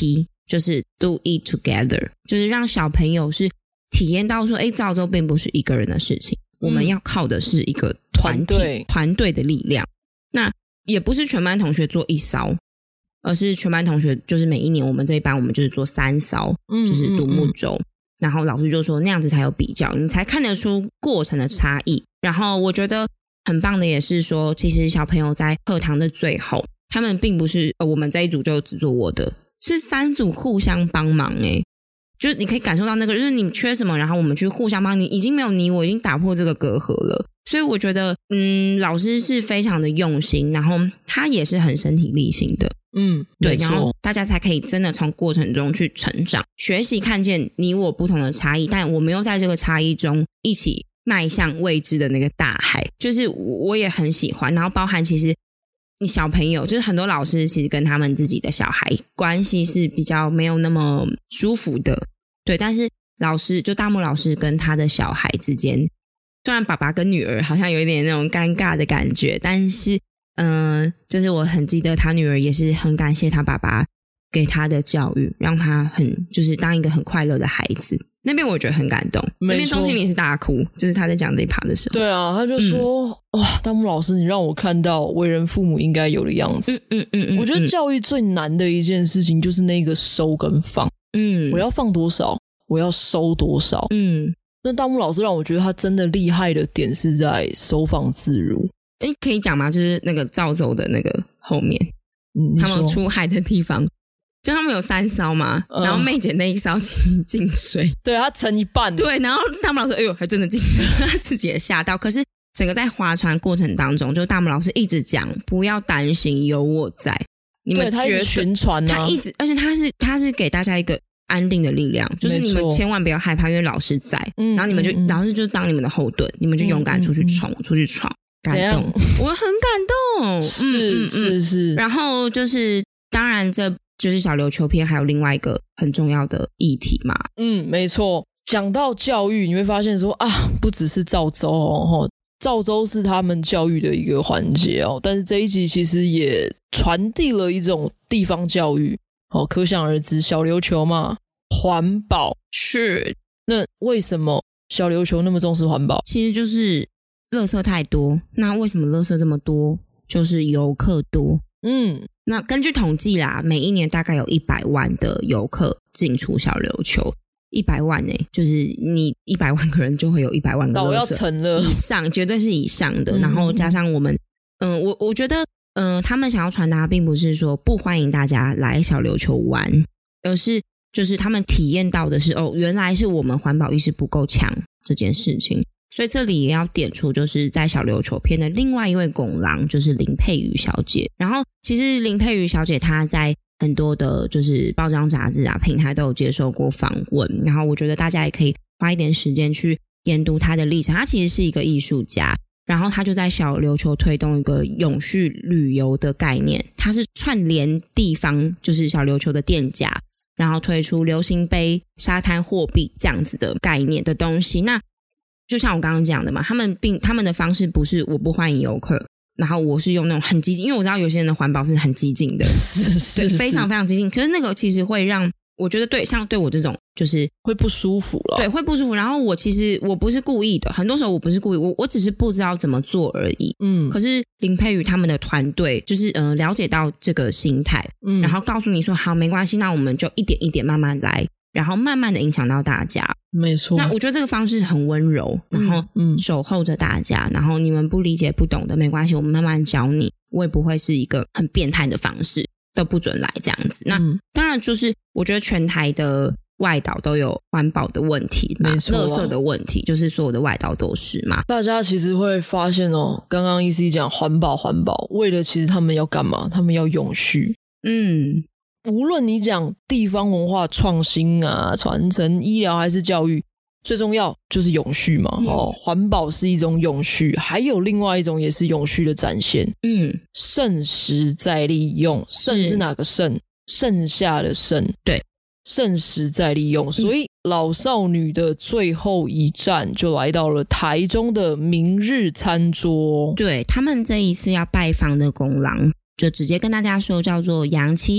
就是 do it together， 就是让小朋友是体验到说造舟并不是一个人的事情，我们要靠的是一个团队的力量。那也不是全班同学做一艘，而是全班同学就是每一年我们这一班我们就是做3艘，就是独木舟。然后老师就说那样子才有比较，你才看得出过程的差异。然后我觉得很棒的也是说，其实小朋友在课堂的最后，他们并不是我们这一组就只做我的，是3组互相帮忙就是你可以感受到那个，就是你缺什么，然后我们去互相帮你，已经没有你我，已经打破这个隔阂了。所以我觉得老师是非常的用心，然后他也是很身体力行的。对，然后大家才可以真的从过程中去成长，学习看见你我不同的差异，但我们又在这个差异中一起迈向未知的那个大海，就是我也很喜欢。然后包含其实你小朋友，就是很多老师其实跟他们自己的小孩关系是比较没有那么舒服的，对，但是老师就大木老师跟他的小孩之间，虽然爸爸跟女儿好像有一点那种尴尬的感觉，但是就是我很记得他女儿也是很感谢他爸爸给他的教育，让他很就是当一个很快乐的孩子。那边我觉得很感动，那边钟欣凌是大哭，就是他在讲这一趴的时候。对啊，他就说哇，大木老师你让我看到为人父母应该有的样子。我觉得教育最难的一件事情就是那个收跟放。我要放多少，我要收多少。那大木老师让我觉得他真的厉害的点是在收放自如。 可以讲吗？就是那个赵州的那个后面，他们出海的地方，就他们有3艘嘛，然后妹姐那一艘其实进水， 对，他沉一半， 对，然后大木老师哎呦还真的进水，他自己也吓到。可是整个在划船过程当中，就大木老师一直讲不要担心，有我在，你们他一直巡船啊， 他一直，而且他是给大家一个安定的力量，就是你们千万不要害怕，因为老师在，然后你们就老师就当你们的后盾，你们就勇敢出去闯，出去闯。感动，我很感动， 是。 然后就是当然这就是小琉球篇还有另外一个很重要的议题嘛。 没错，讲到教育你会发现说不只是赵州赵州是他们教育的一个环节但是这一集其实也传递了一种地方教育可想而知小琉球嘛，环保是。 那为什么小琉球那么重视环保？ 其实就是垃圾太多，那为什么垃圾这么多？就是游客多。那根据统计啦，每一年大概有100万的游客进出小琉球，100万就是你100万个人就会有100万个垃圾， 要成了以上，绝对是以上的。然后加上我们，我觉得，他们想要传达并不是说不欢迎大家来小琉球玩，而是就是他们体验到的是原来是我们环保意识不够强这件事情。所以这里也要点出就是在小琉球篇的另外一位拱狼，就是林佩瑜小姐。然后其实林佩瑜小姐她在很多的就是报章杂志平台都有接受过访问，然后我觉得大家也可以花一点时间去研读她的历程。她其实是一个艺术家，然后她就在小琉球推动一个永续旅游的概念，她是串联地方就是小琉球的店家，然后推出流行杯、沙滩货币这样子的概念的东西。那就像我刚刚讲的嘛，他们的方式不是我不欢迎游客，然后我是用那种很激进，因为我知道有些人的环保是很激进的， 是非常非常激进。可是那个其实会让我觉得像对我这种就是会不舒服了， 对，会不舒服。然后我其实我不是故意的，很多时候我不是故意，我只是不知道怎么做而已。可是林佩瑜他们的团队就是了解到这个心态，然后告诉你说好没关系，那我们就一点一点慢慢来。然后慢慢的影响到大家， 没错。 那我觉得这个方式很温柔，然后守候着大家，然后你们不理解不懂的没关系，我们慢慢教你，我也不会是一个很变态的方式，都不准来这样子。那当然就是我觉得全台的外岛都有环保的问题， 没错垃圾的问题，就是所有的外岛都是嘛。 大家其实会发现刚刚 EC 讲环保，为了其实他们要干嘛？他们要永续。无论你讲地方文化创新传承、医疗还是教育，最重要就是永续嘛。环保是一种永续，还有另外一种也是永续的展现。剩食再利用，剩是哪个剩？剩下的剩， 对， 剩食再利用。所以老少女的最后一站就来到了台中的明日餐桌。 对，他们这一次要拜访的拱廊就直接跟大家说叫做杨七喜。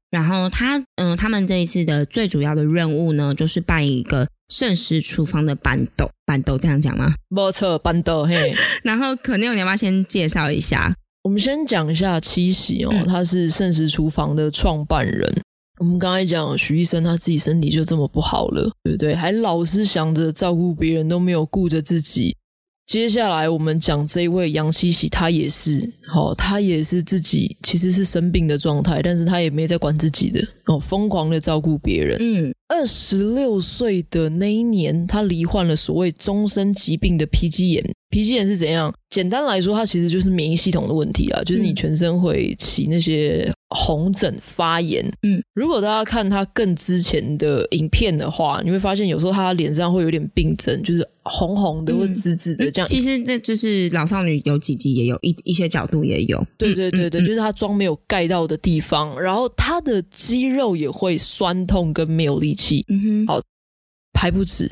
然后他们这一次的最主要的任务呢，就是扮演一个圣食厨房的板豆这样讲吗？ 没错，板豆嘿。 然后可能你要不要先介绍一下？ 我们先讲一下七喜他是圣食厨房的创办人。我们刚才讲许医生他自己身体就这么不好了，对不对？还老是想着照顾别人，都没有顾着自己。接下来我们讲这一位杨七喜，他也是他也是自己其实是生病的状态，但是他也没在管自己的疯狂的照顾别人。26岁的那一年，他罹患了所谓终身疾病的皮肌炎。皮肌炎是怎样？简单来说，它其实就是免疫系统的问题啊，就是你全身会起那些红疹发炎。如果大家看他更之前的影片的话，你会发现有时候他脸上会有点病症，就是红红的或紫紫的这样。 其实这就是老少女有几集也有一些角度也有。 对，就是他妆没有盖到的地方，然后他的肌肉也会酸痛跟没有力气。好，还不止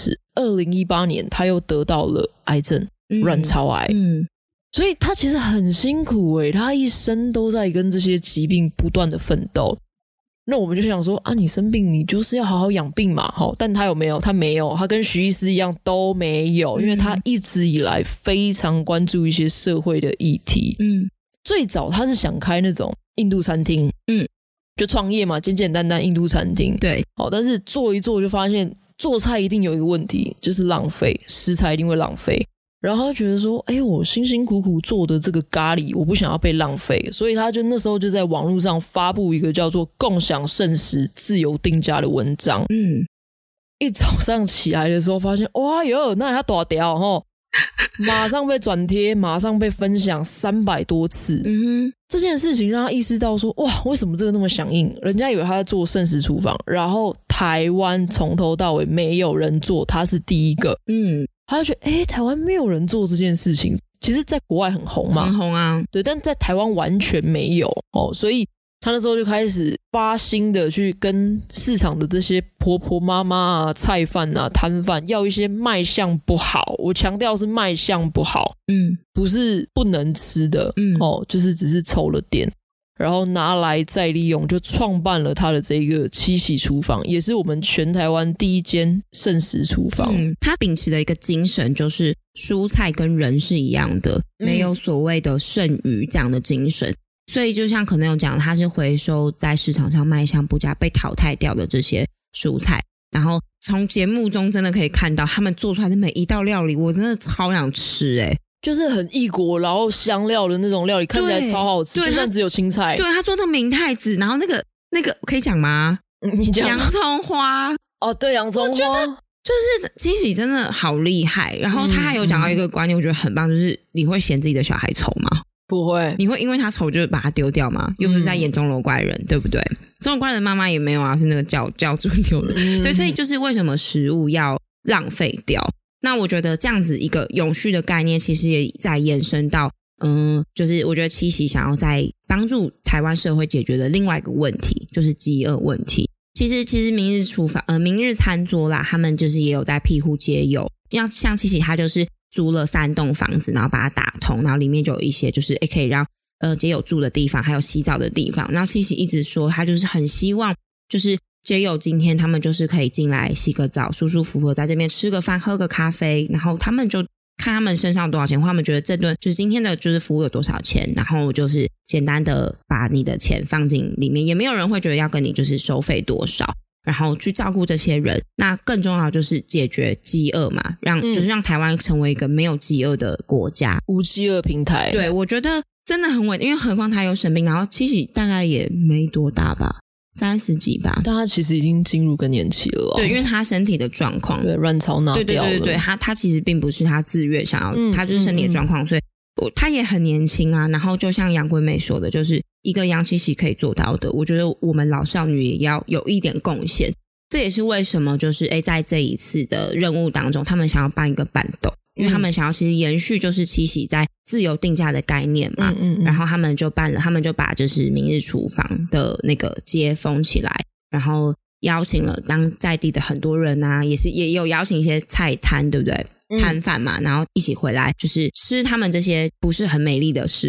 2018年他又得到了癌症，卵巢癌。所以他其实很辛苦他一生都在跟这些疾病不断的奋斗。那我们就想说你生病你就是要好好养病嘛。但他有没有？他没有，他跟徐医师一样都没有，因为他一直以来非常关注一些社会的议题。最早他是想开那种印度餐厅，就创业嘛，简简单单印度餐厅。 对， 但是做一做就发现做菜一定有一个问题，就是浪费，食材一定会浪费。然后他觉得说我辛辛苦苦做的这个咖喱我不想要被浪费，所以他就那时候就在网络上发布一个叫做共享圣食自由定价的文章。一早上起来的时候发现哇哟，那他大条马上被转贴，马上被分享300多次。这件事情让他意识到说哇，为什么这个那么响应？人家以为他在做圣食厨房，然后台湾从头到尾没有人做，他是第一个。他就觉得台湾没有人做这件事情，其实在国外很红嘛， 很红啊， 对，但在台湾完全没有所以他那时候就开始发心的去跟市场的这些婆婆妈妈啊、菜贩啊、摊贩要一些卖相不好，我强调是卖相不好，不是不能吃的，就是只是丑了点，然后拿来再利用，就创办了他的这个七喜厨房，也是我们全台湾第一间圣食厨房。 他秉持的一个精神就是蔬菜跟人是一样的，没有所谓的剩余这样的精神。所以就像可能有讲，他是回收在市场上卖相不佳被淘汰掉的这些蔬菜，然后从节目中真的可以看到他们做出来的每一道料理，我真的超想吃就是很异国然后香料的那种料理，看起来超好吃，就算只有青菜。 对，他做的明太子，然后那个可以讲吗？ 你讲洋葱花。 对，洋葱花。我觉得就是七喜真的好厉害，然后他还有讲到一个观念，我觉得很棒，就是你会嫌自己的小孩丑吗？ 不会。 你会因为他丑就把他丢掉吗？又不是在演钟楼怪人，对不对？钟楼怪人的妈妈也没有啊，是那个教主丢的。对，所以就是为什么食物要浪费掉？那我觉得这样子一个永续的概念，其实也在延伸到就是我觉得七喜想要在帮助台湾社会解决的另外一个问题，就是饥饿问题。其实明日厨房明日餐桌啦，他们就是也有在庇护街友，像七喜他就是租了3栋房子，然后把它打通，然后里面就有一些就是可以让街友住的地方，还有洗澡的地方。然后七喜一直说他就是很希望就是街友今天他们就是可以进来洗个澡，舒舒服服在这边吃个饭喝个咖啡，然后他们就看他们身上多少钱，他们觉得这顿就是今天的就是服务有多少钱，然后就是简单的把你的钱放进里面，也没有人会觉得要跟你就是收费多少，然后去照顾这些人。那更重要就是解决饥饿嘛，就是让台湾成为一个没有饥饿的国家， 无饥饿平台。 对，我觉得真的很稳，因为何况他有生病，然后七喜大概也没多大吧，30几吧， 但他其实已经进入更年期了。 对，因为他身体的状况， 对，卵巢拿掉了。 对，他其实并不是他自愿想要，他就是身体的状况，所以他也很年轻啊。然后就像杨贵美说的，就是一个杨七喜可以做到的，我觉得我们老少女也要有一点贡献。这也是为什么就是在这一次的任务当中，他们想要办一个板斗，因为他们想要其实延续就是七喜在自由定价的概念嘛，然后他们就把就是明日厨房的那个街封起来，然后邀请了当在地的很多人啊，也有邀请一些菜摊，对不对？摊贩嘛，然后一起回来就是吃他们这些不是很美丽的食物，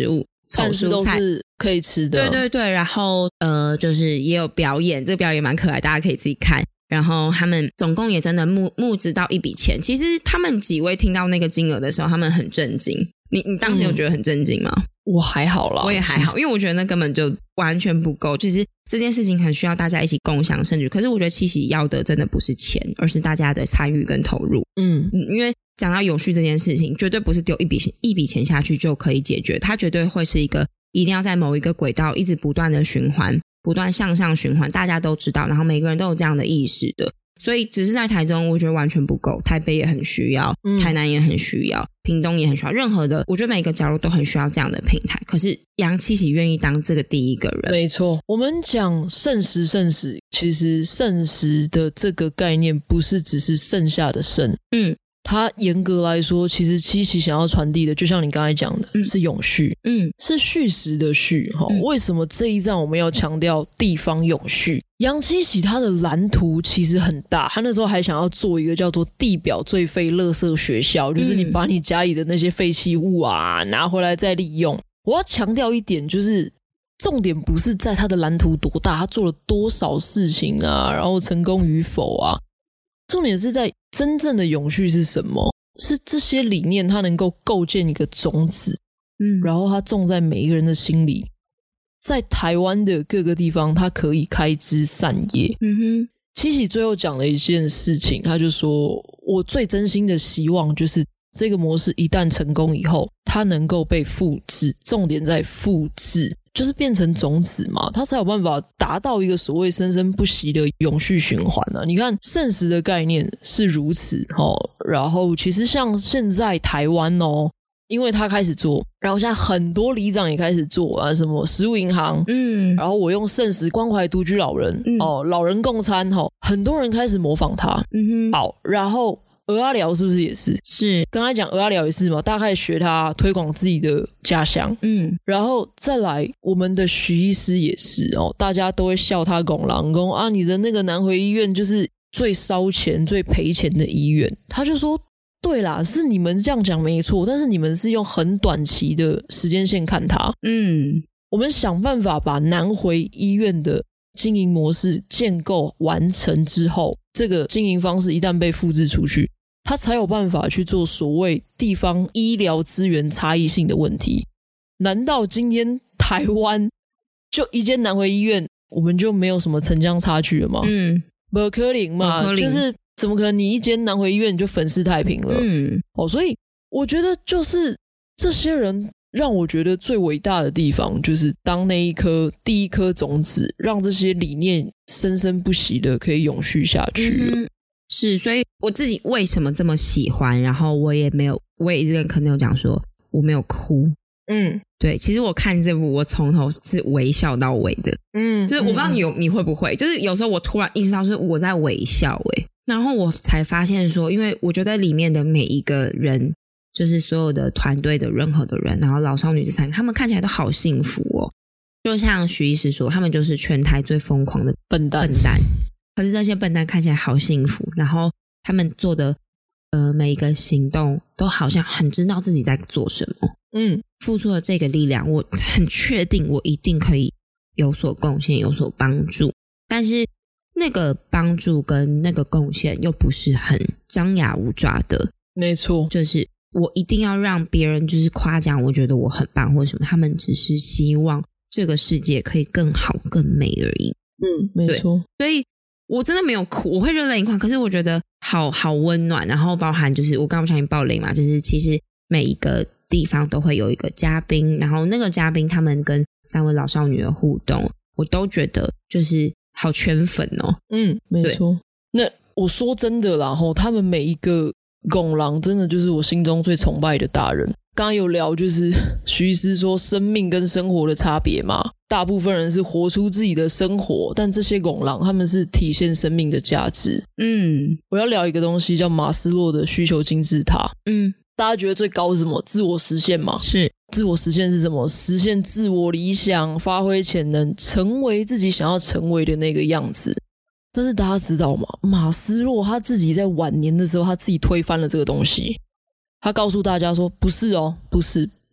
炒蔬菜， 都是可以吃的。 对对对，然后就是也有表演，这个表演蛮可爱，大家可以自己看。然后他们总共也真的募资到一笔钱。其实他们几位听到那个金额的时候，他们很震惊。你当时有觉得很震惊吗？ 我还好啦， 我也还好，因为我觉得那根本就完全不够。其实这件事情很需要大家一起共享盛举，可是我觉得七喜要的真的不是钱，而是大家的参与跟投入。因为讲到永续这件事情，绝对不是丢一笔钱下去就可以解决，它绝对会是一个一定要在某一个轨道一直不断的循环，不断向上循环，大家都知道，然后每个人都有这样的意识的。所以只是在台中我觉得完全不够，台北也很需要，台南也很需要，屏东也很需要，任何的我觉得每个角落都很需要这样的平台。可是杨七喜愿意当这个第一个人。 没错，我们讲剩食，其实剩食的这个概念不是只是剩下的剩，它严格来说其实七喜想要传递的就像你刚才讲的，是永续，是续食的续。为什么这一站我们要强调地方永续？杨七喜他的蓝图其实很大，他那时候还想要做一个叫做地表最废垃圾学校，就是你把你家里的那些废弃物啊拿回来再利用。我要强调一点，就是重点不是在他的蓝图多大，他做了多少事情啊，然后成功与否啊，重点是在真正的永续是什么？是这些理念它能够构建一个种子，然后它种在每一个人的心里，在台湾的各个地方它可以开枝散叶。七喜最后讲了一件事情，他就说我最真心的希望就是这个模式一旦成功以后，它能够被复制，重点在复制，就是变成种子嘛，它才有办法达到一个所谓生生不息的永续循环啊。你看剩食的概念是如此然后其实像现在台湾因为他开始做，然后现在很多里长也开始做啊，什么食物银行，然后我用剩食关怀独居老人，老人共餐很多人开始模仿他，好，然后蚵仔寮是不是也是？ 是， 刚才讲蚵仔寮也是嘛，大家开始学他推广自己的家乡，然后再来我们的徐医师也是大家都会笑他拱狼公啊，你的那个南回医院就是最烧钱最赔钱的医院，他就说对啦，是你们这样讲没错，但是你们是用很短期的时间线看它。我们想办法把南回医院的经营模式建构完成之后，这个经营方式一旦被复制出去，它才有办法去做所谓地方医疗资源差异性的问题。难道今天台湾就一间南回医院，我们就没有什么城乡差距了吗？不可能嘛，就是怎么可能你一间南回医院你就粉饰太平了？所以我觉得就是这些人让我觉得最伟大的地方，就是当那一颗第一颗种子，让这些理念生生不息的可以永续下去。 是，所以我自己为什么这么喜欢，然后我也一直跟可能有讲说我没有哭。对，其实我看这部我从头是微笑到尾的。就是我不知道你会不会，就是有时候我突然意识到是我在微笑然后我才发现说，因为我觉得里面的每一个人，就是所有的团队的任何的人，然后老少女这三个，他们看起来都好幸福就像徐医师说，他们就是全台最疯狂的笨蛋，可是这些笨蛋看起来好幸福，然后他们做的每一个行动都好像很知道自己在做什么。付出了这个力量，我很确定我一定可以有所贡献，有所帮助，但是那个帮助跟那个贡献又不是很张牙舞爪的。 没错， 就是我一定要让别人就是夸奖我觉得我很棒或什么，他们只是希望这个世界可以更好更美而已。 没错， 所以我真的没有哭，我会热泪盈眶，可是我觉得好温暖，然后包含就是我刚刚不小心爆雷嘛，就是其实每一个地方都会有一个嘉宾，然后那个嘉宾他们跟三位老少女的互动，我都觉得就是好圈粉没错。那我说真的啦他们每一个拱狼真的就是我心中最崇拜的大人。刚刚有聊就是徐医师说生命跟生活的差别嘛，大部分人是活出自己的生活，但这些拱狼他们是体现生命的价值。我要聊一个东西叫马斯洛的需求金字塔。大家觉得最高是什么？自我实现嘛？ 是。 自我实现是什么？实现自我理想，发挥潜能，成为自己想要成为的那个样子。但是大家知道吗？马斯洛他自己在晚年的时候，他自己推翻了这个东西。他告诉大家说不是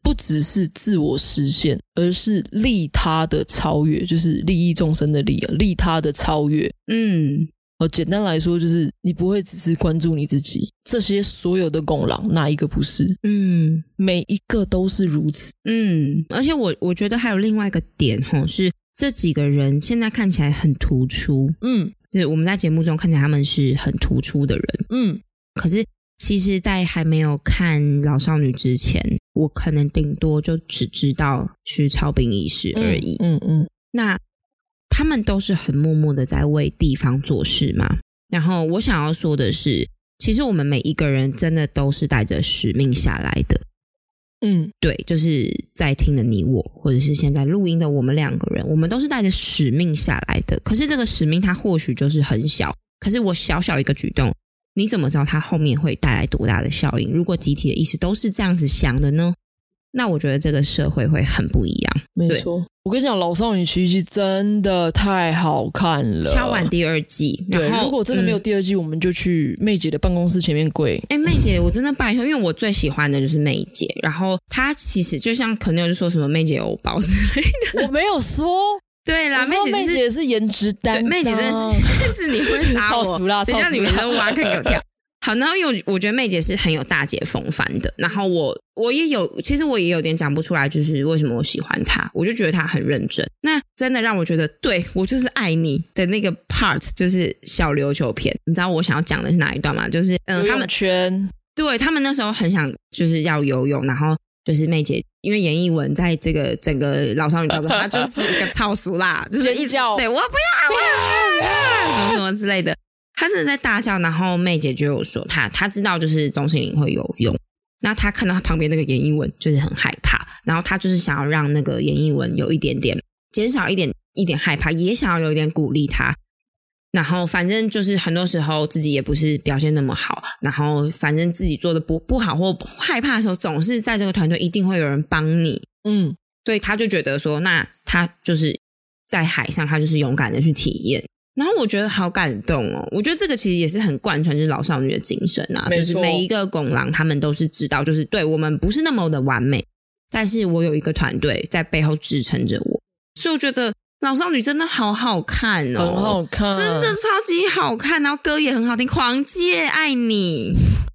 不只是自我实现，而是利他的超越，就是利益众生的利啊，利他的超越。简单来说就是你不会只是关注你自己，这些所有的功劳哪一个不是？每一个都是如此。 而且我觉得还有另外一个点是这几个人现在看起来很突出。就是我们在节目中看起来他们是很突出的人。可是其实在还没有看老少女之前，我可能顶多就只知道是超兵仪式而已。那他们都是很默默的在为地方做事嘛。然后我想要说的是，其实我们每一个人真的都是带着使命下来的。对，就是在听的你我，或者是现在录音的我们两个人，我们都是带着使命下来的。可是这个使命它或许就是很小，可是我小小一个举动，你怎么知道它后面会带来多大的效应？如果集体的意识都是这样子想的呢，那我觉得这个社会会很不一样。 没错，我跟你讲，老少女奇迹真的太好看了， 敲完第2季。 对，如果真的没有第2季，我们就去妹姐的办公室前面跪。 妹姐我真的拜托，因为我最喜欢的就是妹姐，然后她其实就像可能就说什么妹姐欧包之类的， 我没有说。 对啦，妹姐是颜值担当， 妹姐真的是你会杀我，谁叫你们都挖坑给我跳。好，然后因为我觉得妹姐是很有大姐风范的，然后我也有，其实我也有点讲不出来，就是为什么我喜欢她，我就觉得她很认真。那真的让我觉得，对，我就是爱你的那个 part， 就是小琉球片。你知道我想要讲的是哪一段吗？就是游泳圈， 对，他们那时候很想就是要游泳，然后就是妹姐，因为严艺文在这个整个老少女当中，她就是一个超俗辣，就是一叫对我不要，什么什么之类的。他真的在大叫，然后妹姐就有说他知道就是钟欣凌会游泳，那他看到他旁边那个严艺文就是很害怕，然后他就是想要让那个严艺文有一点点减少一点害怕，也想要有一点鼓励他，然后反正就是很多时候自己也不是表现那么好，然后反正自己做的不好或害怕的时候，总是在这个团队一定会有人帮你。所以他就觉得说，那他就是在海上他就是勇敢的去体验。然后我觉得好感动哦，我觉得这个其实也是很贯穿就是老少女的精神啊，就是每一个拱狼他们都是知道，就是对我们不是那么的完美，但是我有一个团队在背后支撑着我，所以我觉得老少女真的好好看哦， 很好看， 真的超级好看，然后歌也很好听，狂姐爱你。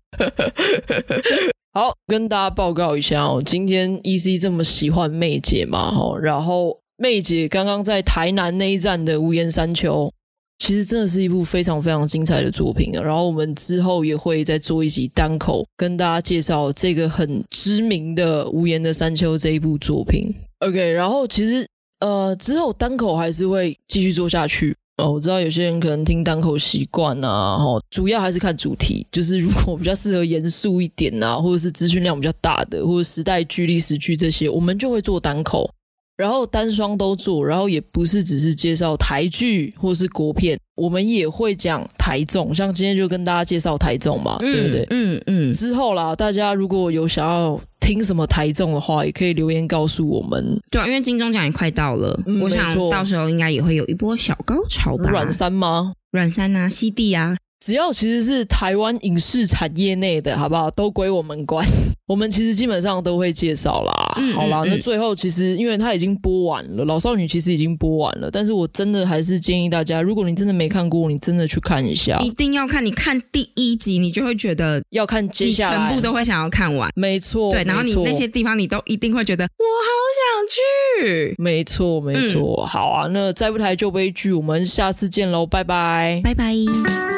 好，跟大家报告一下哦，今天 EC 这么喜欢妹姐嘛，然后妹姐刚刚在台南那一站的无言山丘，其实真的是一部非常非常精彩的作品然后我们之后也会再做一集单口跟大家介绍这个很知名的无言的山丘这一部作品。 OK， 然后其实之后单口还是会继续做下去我知道有些人可能听单口习惯主要还是看主题，就是如果比较适合严肃一点或者是资讯量比较大的，或者时代剧历史剧这些，我们就会做单口，然后单双都做，然后也不是只是介绍台剧或是国片，我们也会讲台综，像今天就跟大家介绍台综嘛，对不对？之后啦，大家如果有想要听什么台综的话，也可以留言告诉我们。 对啊，因为金钟奖也快到了，我想到时候应该也会有一波小高潮吧。 软三吗？ 软三啊，西地啊， 只要其实是台湾影视产业内的，好不好？都归我们管。我们其实基本上都会介绍啦。好啦，那最后其实因为它已经播完了，老少女其实已经播完了，但是我真的还是建议大家，如果你真的没看过，你真的去看一下， 一定要看。你看第1集，你就会觉得要看接下来， 你全部都会想要看完。 没错， 对，然后你那些地方你都一定会觉得我好想去。 没错，没错。好啊，那再不台就悲剧，我们下次见喽，拜拜， 拜拜。